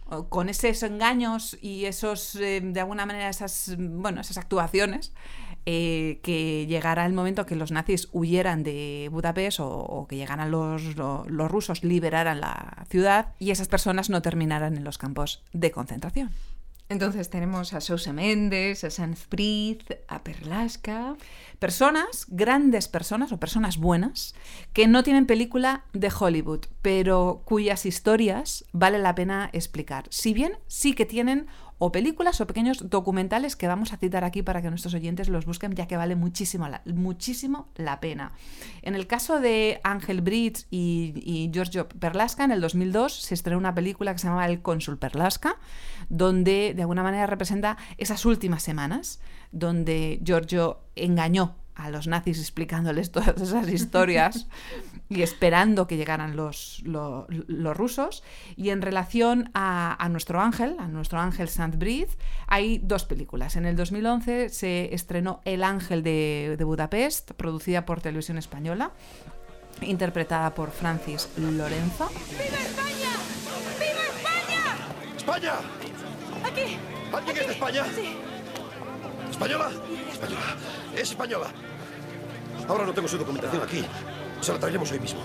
con esos engaños y esos, eh, de alguna manera, esas, bueno, esas actuaciones, eh, que llegara el momento que los nazis huyeran de Budapest o, o que llegaran los, los, los rusos, liberaran la ciudad y esas personas no terminaran en los campos de concentración. Entonces tenemos a Sousa Mendes, a Sanz Briz, a Perlasca... Personas, grandes personas o personas buenas, que no tienen película de Hollywood, pero cuyas historias vale la pena explicar. Si bien sí que tienen o películas o pequeños documentales que vamos a citar aquí para que nuestros oyentes los busquen, ya que vale muchísimo la, muchísimo la pena. En el caso de Ángel Briz y, y Giorgio Perlasca, en el dos mil dos se estrenó una película que se llamaba El cónsul Perlasca, donde de alguna manera representa esas últimas semanas, donde Giorgio engañó a los nazis explicándoles todas esas historias y esperando que llegaran los, los, los rusos. Y en relación a, a nuestro ángel, a nuestro ángel Sanz Briz, hay dos películas. En el dos mil once se estrenó El ángel de, de Budapest, producida por Televisión Española, interpretada por Francis Lorenzo. ¡Viva España! ¡Viva España! ¡España! ¡Aquí! ¿Alguien es de España? Sí. ¿Española? Española. Es española. Ahora no tengo su documentación aquí. Se la traeremos hoy mismo.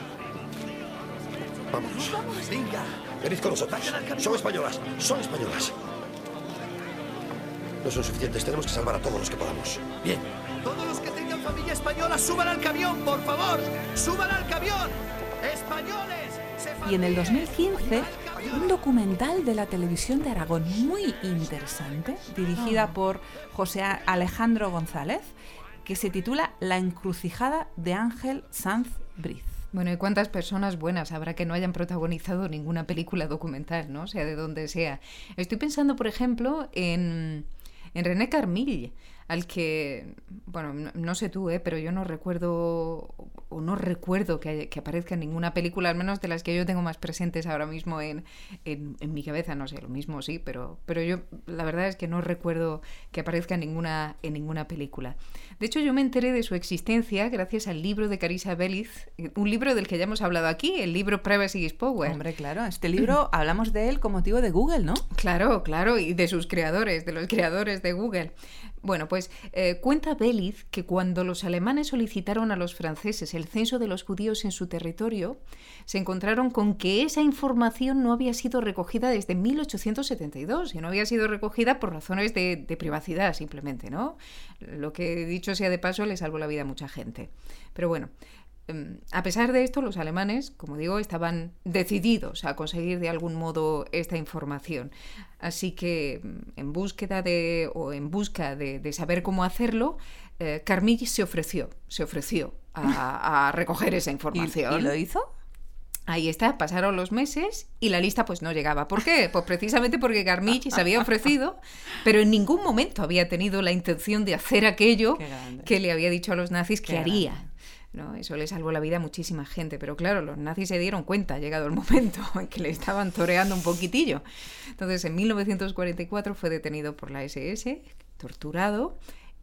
Vámonos. Vamos. Venga. Venid con nosotros. Son españolas. Son españolas. No son suficientes. Tenemos que salvar a todos los que podamos. Bien. Todos los que tengan familia española, suban al camión, por favor. Suban al camión. Españoles. Y en el dos mil quince, un documental de la televisión de Aragón muy interesante, dirigida oh. por José Alejandro González, que se titula La encrucijada de Ángel Sanz Briz. Bueno, ¿y cuántas personas buenas habrá que no hayan protagonizado ninguna película documental, ¿no? O sea, de donde sea. Estoy pensando, por ejemplo, en, en René Carmill, al que, bueno, no, no sé tú, ¿eh? Pero yo no recuerdo, o no recuerdo que, que aparezca en ninguna película, al menos de las que yo tengo más presentes ahora mismo en, en, en mi cabeza, no sé, lo mismo sí, pero, pero yo la verdad es que no recuerdo que aparezca en ninguna, en ninguna película. De hecho, yo me enteré de su existencia gracias al libro de Carissa Belliz, un libro del que ya hemos hablado aquí, el libro Privacy is Power. Hombre, claro, este libro hablamos de él con motivo de Google, ¿no? Claro, claro, y de sus creadores, de los creadores de Google. Bueno, pues eh, cuenta Belliz que cuando los alemanes solicitaron a los franceses el censo de los judíos en su territorio, se encontraron con que esa información no había sido recogida desde mil ochocientos setenta y dos y no había sido recogida por razones de, de privacidad, simplemente, ¿no? Lo que, dicho sea de paso, le salvó la vida a mucha gente. Pero bueno, a pesar de esto, los alemanes, como digo, estaban decididos a conseguir de algún modo esta información. Así que, en búsqueda de, o en busca de, de saber cómo hacerlo, eh, Carmill se ofreció, se ofreció a, a recoger esa información. ¿Y, ¿Y lo hizo? Ahí está, pasaron los meses y la lista pues no llegaba. ¿Por qué? Pues precisamente porque Carmill se había ofrecido, pero en ningún momento había tenido la intención de hacer aquello que le había dicho a los nazis que haría. ¿No? Eso le salvó la vida a muchísima gente, pero claro, los nazis se dieron cuenta, llegado el momento en que le estaban toreando un poquitillo. Entonces, en mil novecientos cuarenta y cuatro fue detenido por la ese ese, torturado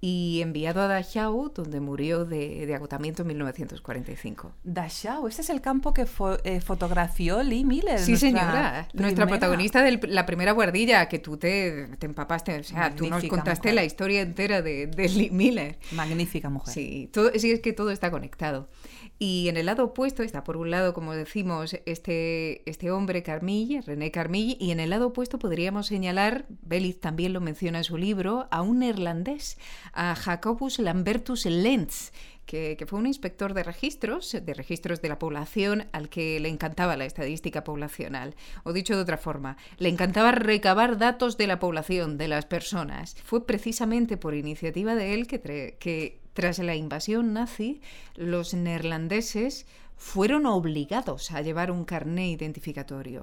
y enviado a Dachau, donde murió de, de agotamiento en mil novecientos cuarenta y cinco. Dachau, ese es el campo que fo eh, fotografió Lee Miller. Sí, señora, primera... nuestra protagonista de la primera guardilla, que tú te, te empapaste, o sea, Magnífica tú nos contaste mujer. La historia entera de, de Lee Miller. Magnífica mujer. Sí, todo, sí, es que todo está conectado. Y en el lado opuesto está, por un lado, como decimos, este, este hombre Carmill, René Carmill, y en el lado opuesto podríamos señalar, Belliz también lo menciona en su libro, a un neerlandés, a Jacobus Lambertus Lens, que, que fue un inspector de registros, de registros de la población, al que le encantaba la estadística poblacional. O dicho de otra forma, le encantaba recabar datos de la población, de las personas. Fue precisamente por iniciativa de él que... que tras la invasión nazi, los neerlandeses fueron obligados a llevar un carné identificatorio.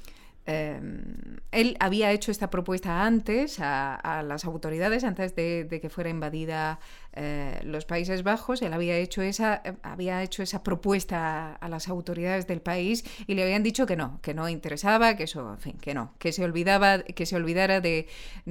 Eh, él había hecho esta propuesta antes a, a las autoridades, antes de, de que fuera invadida eh, los Países Bajos. Él había hecho esa, había hecho esa propuesta a, a las autoridades del país y le habían dicho que no, que no interesaba, que eso, en fin, que no, que se olvidaba, que se olvidara de,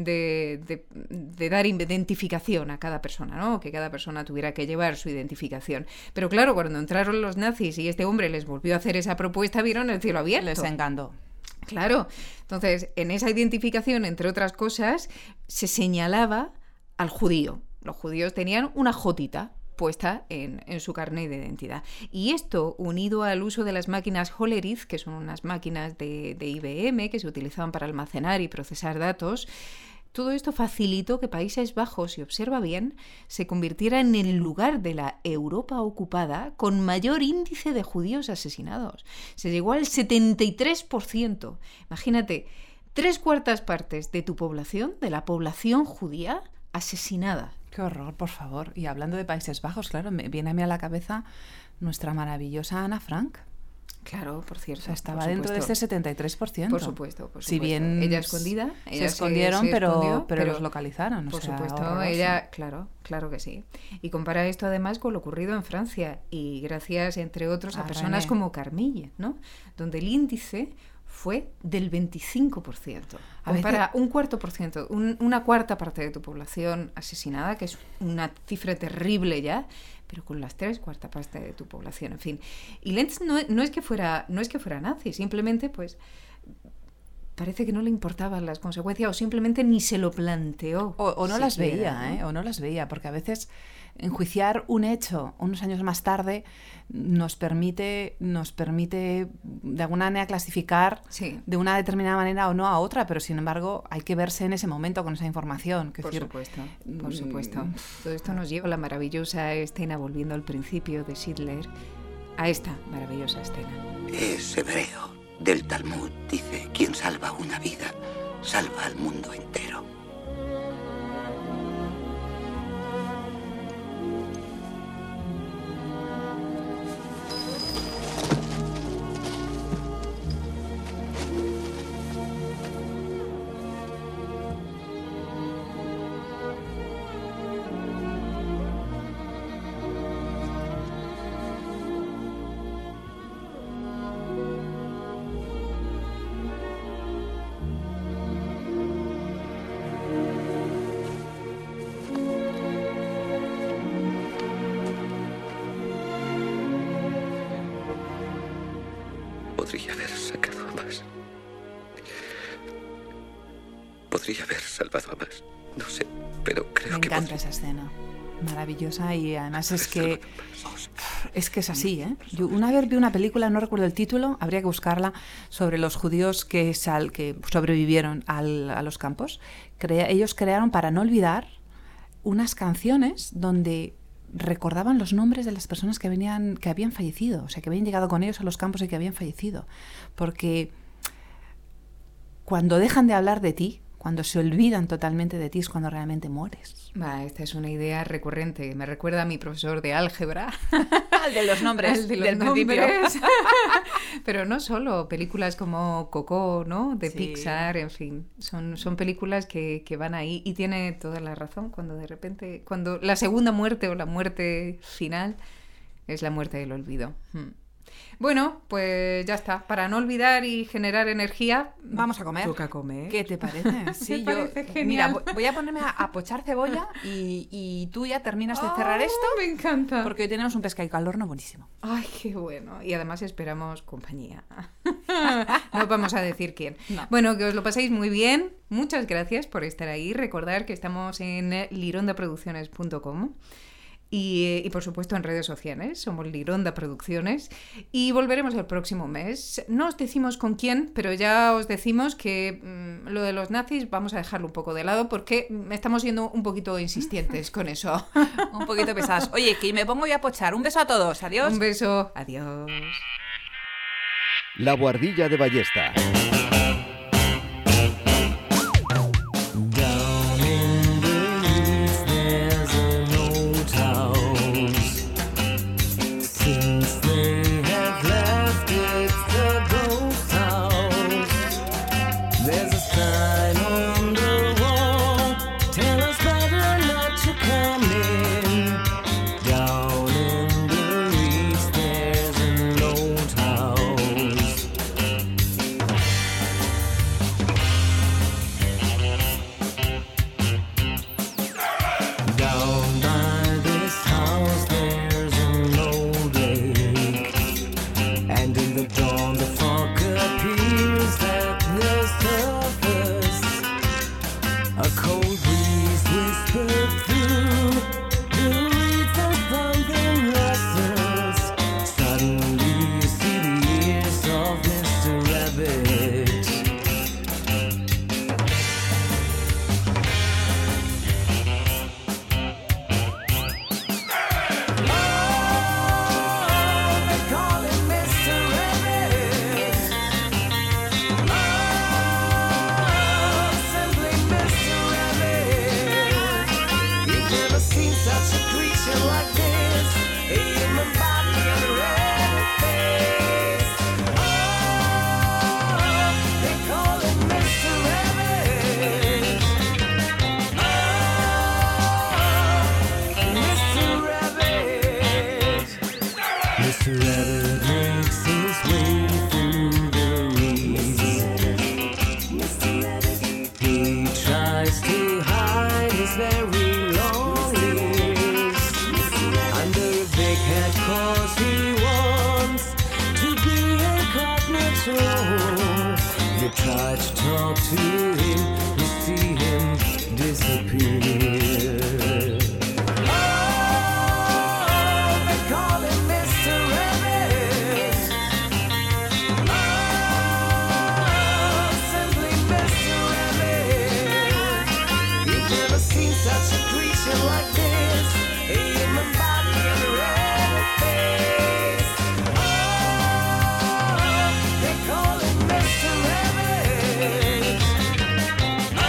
de, de, de dar identificación a cada persona, ¿no? Que cada persona tuviera que llevar su identificación. Pero claro, cuando entraron los nazis y este hombre les volvió a hacer esa propuesta, vieron el cielo abierto. Les encantó. Claro. Entonces, en esa identificación, entre otras cosas, se señalaba al judío. Los judíos tenían una jotita puesta en, en su carnet de identidad. Y esto, unido al uso de las máquinas Hollerith, que son unas máquinas de, de I B M que se utilizaban para almacenar y procesar datos, todo esto facilitó que Países Bajos, si observa bien, se convirtiera en el lugar de la Europa ocupada con mayor índice de judíos asesinados. Se llegó al setenta y tres por ciento. Imagínate, tres cuartas partes de tu población, de la población judía, asesinada. Qué horror, por favor. Y hablando de Países Bajos, claro, me viene a mí a la cabeza nuestra maravillosa Ana Frank. Claro, por cierto. O sea, estaba dentro de ese setenta y tres por ciento. Por supuesto, por supuesto. Si bien ella escondida, ella se escondieron, se, se pero, escondió, pero, pero los localizaron. Por o sea, supuesto, horroroso. ella, claro, claro que sí. Y compara esto además con lo ocurrido en Francia y gracias, entre otros, a, a personas René. como Carmilla, ¿no? Donde el índice fue del veinticinco por ciento. Compara veces... un cuarto por ciento, un, una cuarta parte de tu población asesinada, que es una cifra terrible ya, pero con las tres cuartas partes de tu población, en fin. Y Lentz no, no, es que fuera, no es que fuera nazi, simplemente pues parece que no le importaban las consecuencias o simplemente ni se lo planteó. O, o no si las quiera, veía, ¿no? ¿eh? O no las veía, porque a veces enjuiciar un hecho unos años más tarde nos permite, nos permite de alguna manera clasificar sí. de una determinada manera o no a otra, pero sin embargo hay que verse en ese momento con esa información. Por decir, supuesto, por supuesto. Todo esto nos lleva a la maravillosa escena, volviendo al principio de Schindler, a esta maravillosa escena. Es hebreo. Del Talmud dice, quien salva una vida, salva al mundo entero. Podría haber sacado a más. Podría haber salvado a más. No sé, pero creo Me que... Me encanta podría... esa escena. Maravillosa y además es que... Es que es así, ¿eh? Yo una vez vi una película, no recuerdo el título, habría que buscarla, sobre los judíos que, sal, que sobrevivieron al, a los campos. Crea, ellos crearon, para no olvidar, unas canciones donde recordaban los nombres de las personas que venían, que habían fallecido, o sea, que habían llegado con ellos a los campos y que habían fallecido. Porque cuando dejan de hablar de ti, cuando se olvidan totalmente de ti, es cuando realmente mueres. Va, esta es una idea recurrente. Me recuerda a mi profesor de álgebra. Al de los nombres, Al de los del nombres. Pero no solo, películas como Coco, ¿no? De sí. Pixar, en fin. Son, son películas que, que van ahí y tiene toda la razón cuando de repente, cuando la segunda muerte o la muerte final es la muerte del olvido. Hmm. Bueno, pues ya está. Para no olvidar y generar energía, vamos a comer. Toca comer. ¿Qué te parece? Sí, Me yo, parece genial. Mira, voy a ponerme a, a pochar cebolla y, y tú ya terminas de cerrar oh, esto. Me encanta. Porque hoy tenemos un pescadito al horno buenísimo. Ay, qué bueno. Y además esperamos compañía. No vamos a decir quién. No. Bueno, que os lo paséis muy bien. Muchas gracias por estar ahí. Recordar que estamos en lirondaproducciones punto com. Y, y por supuesto en redes sociales, somos Lironda Producciones y volveremos el próximo mes. No os decimos con quién, pero ya os decimos que mmm, lo de los nazis vamos a dejarlo un poco de lado porque estamos siendo un poquito insistentes con eso. Un poquito pesadas. Oye, que me pongo ya a pochar. Un beso a todos. Adiós. Un beso. Adiós. La Buhardilla de Ballesta. And in the dawn the fog appears that soul. You try to talk to him, you see him disappear. Oh, they call him Mister Rabbit. Oh, simply Mister Rabbit. You've never seen such a creature like this, a human body and a rabbit face. Oh, they call him Mister Rabbit. Oh,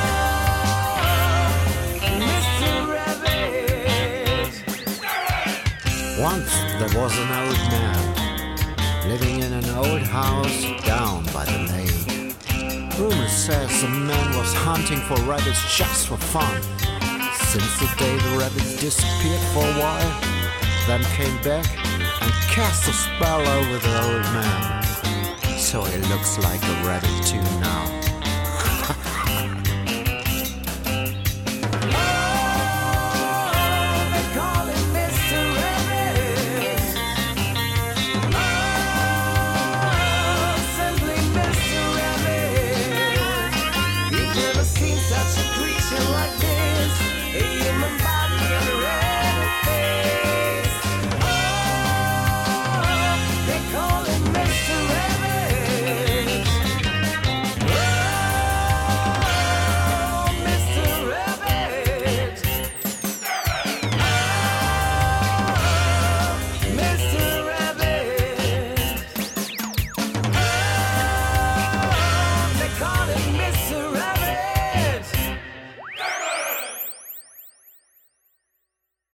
Mister Rabbit. Once there was an old man living in an old house down by the lake. Rumor says the man was hunting for rabbits just for fun. Since the day the rabbits disappeared for a while, then came back and cast a spell over the old man. So he looks like a rabbit too now.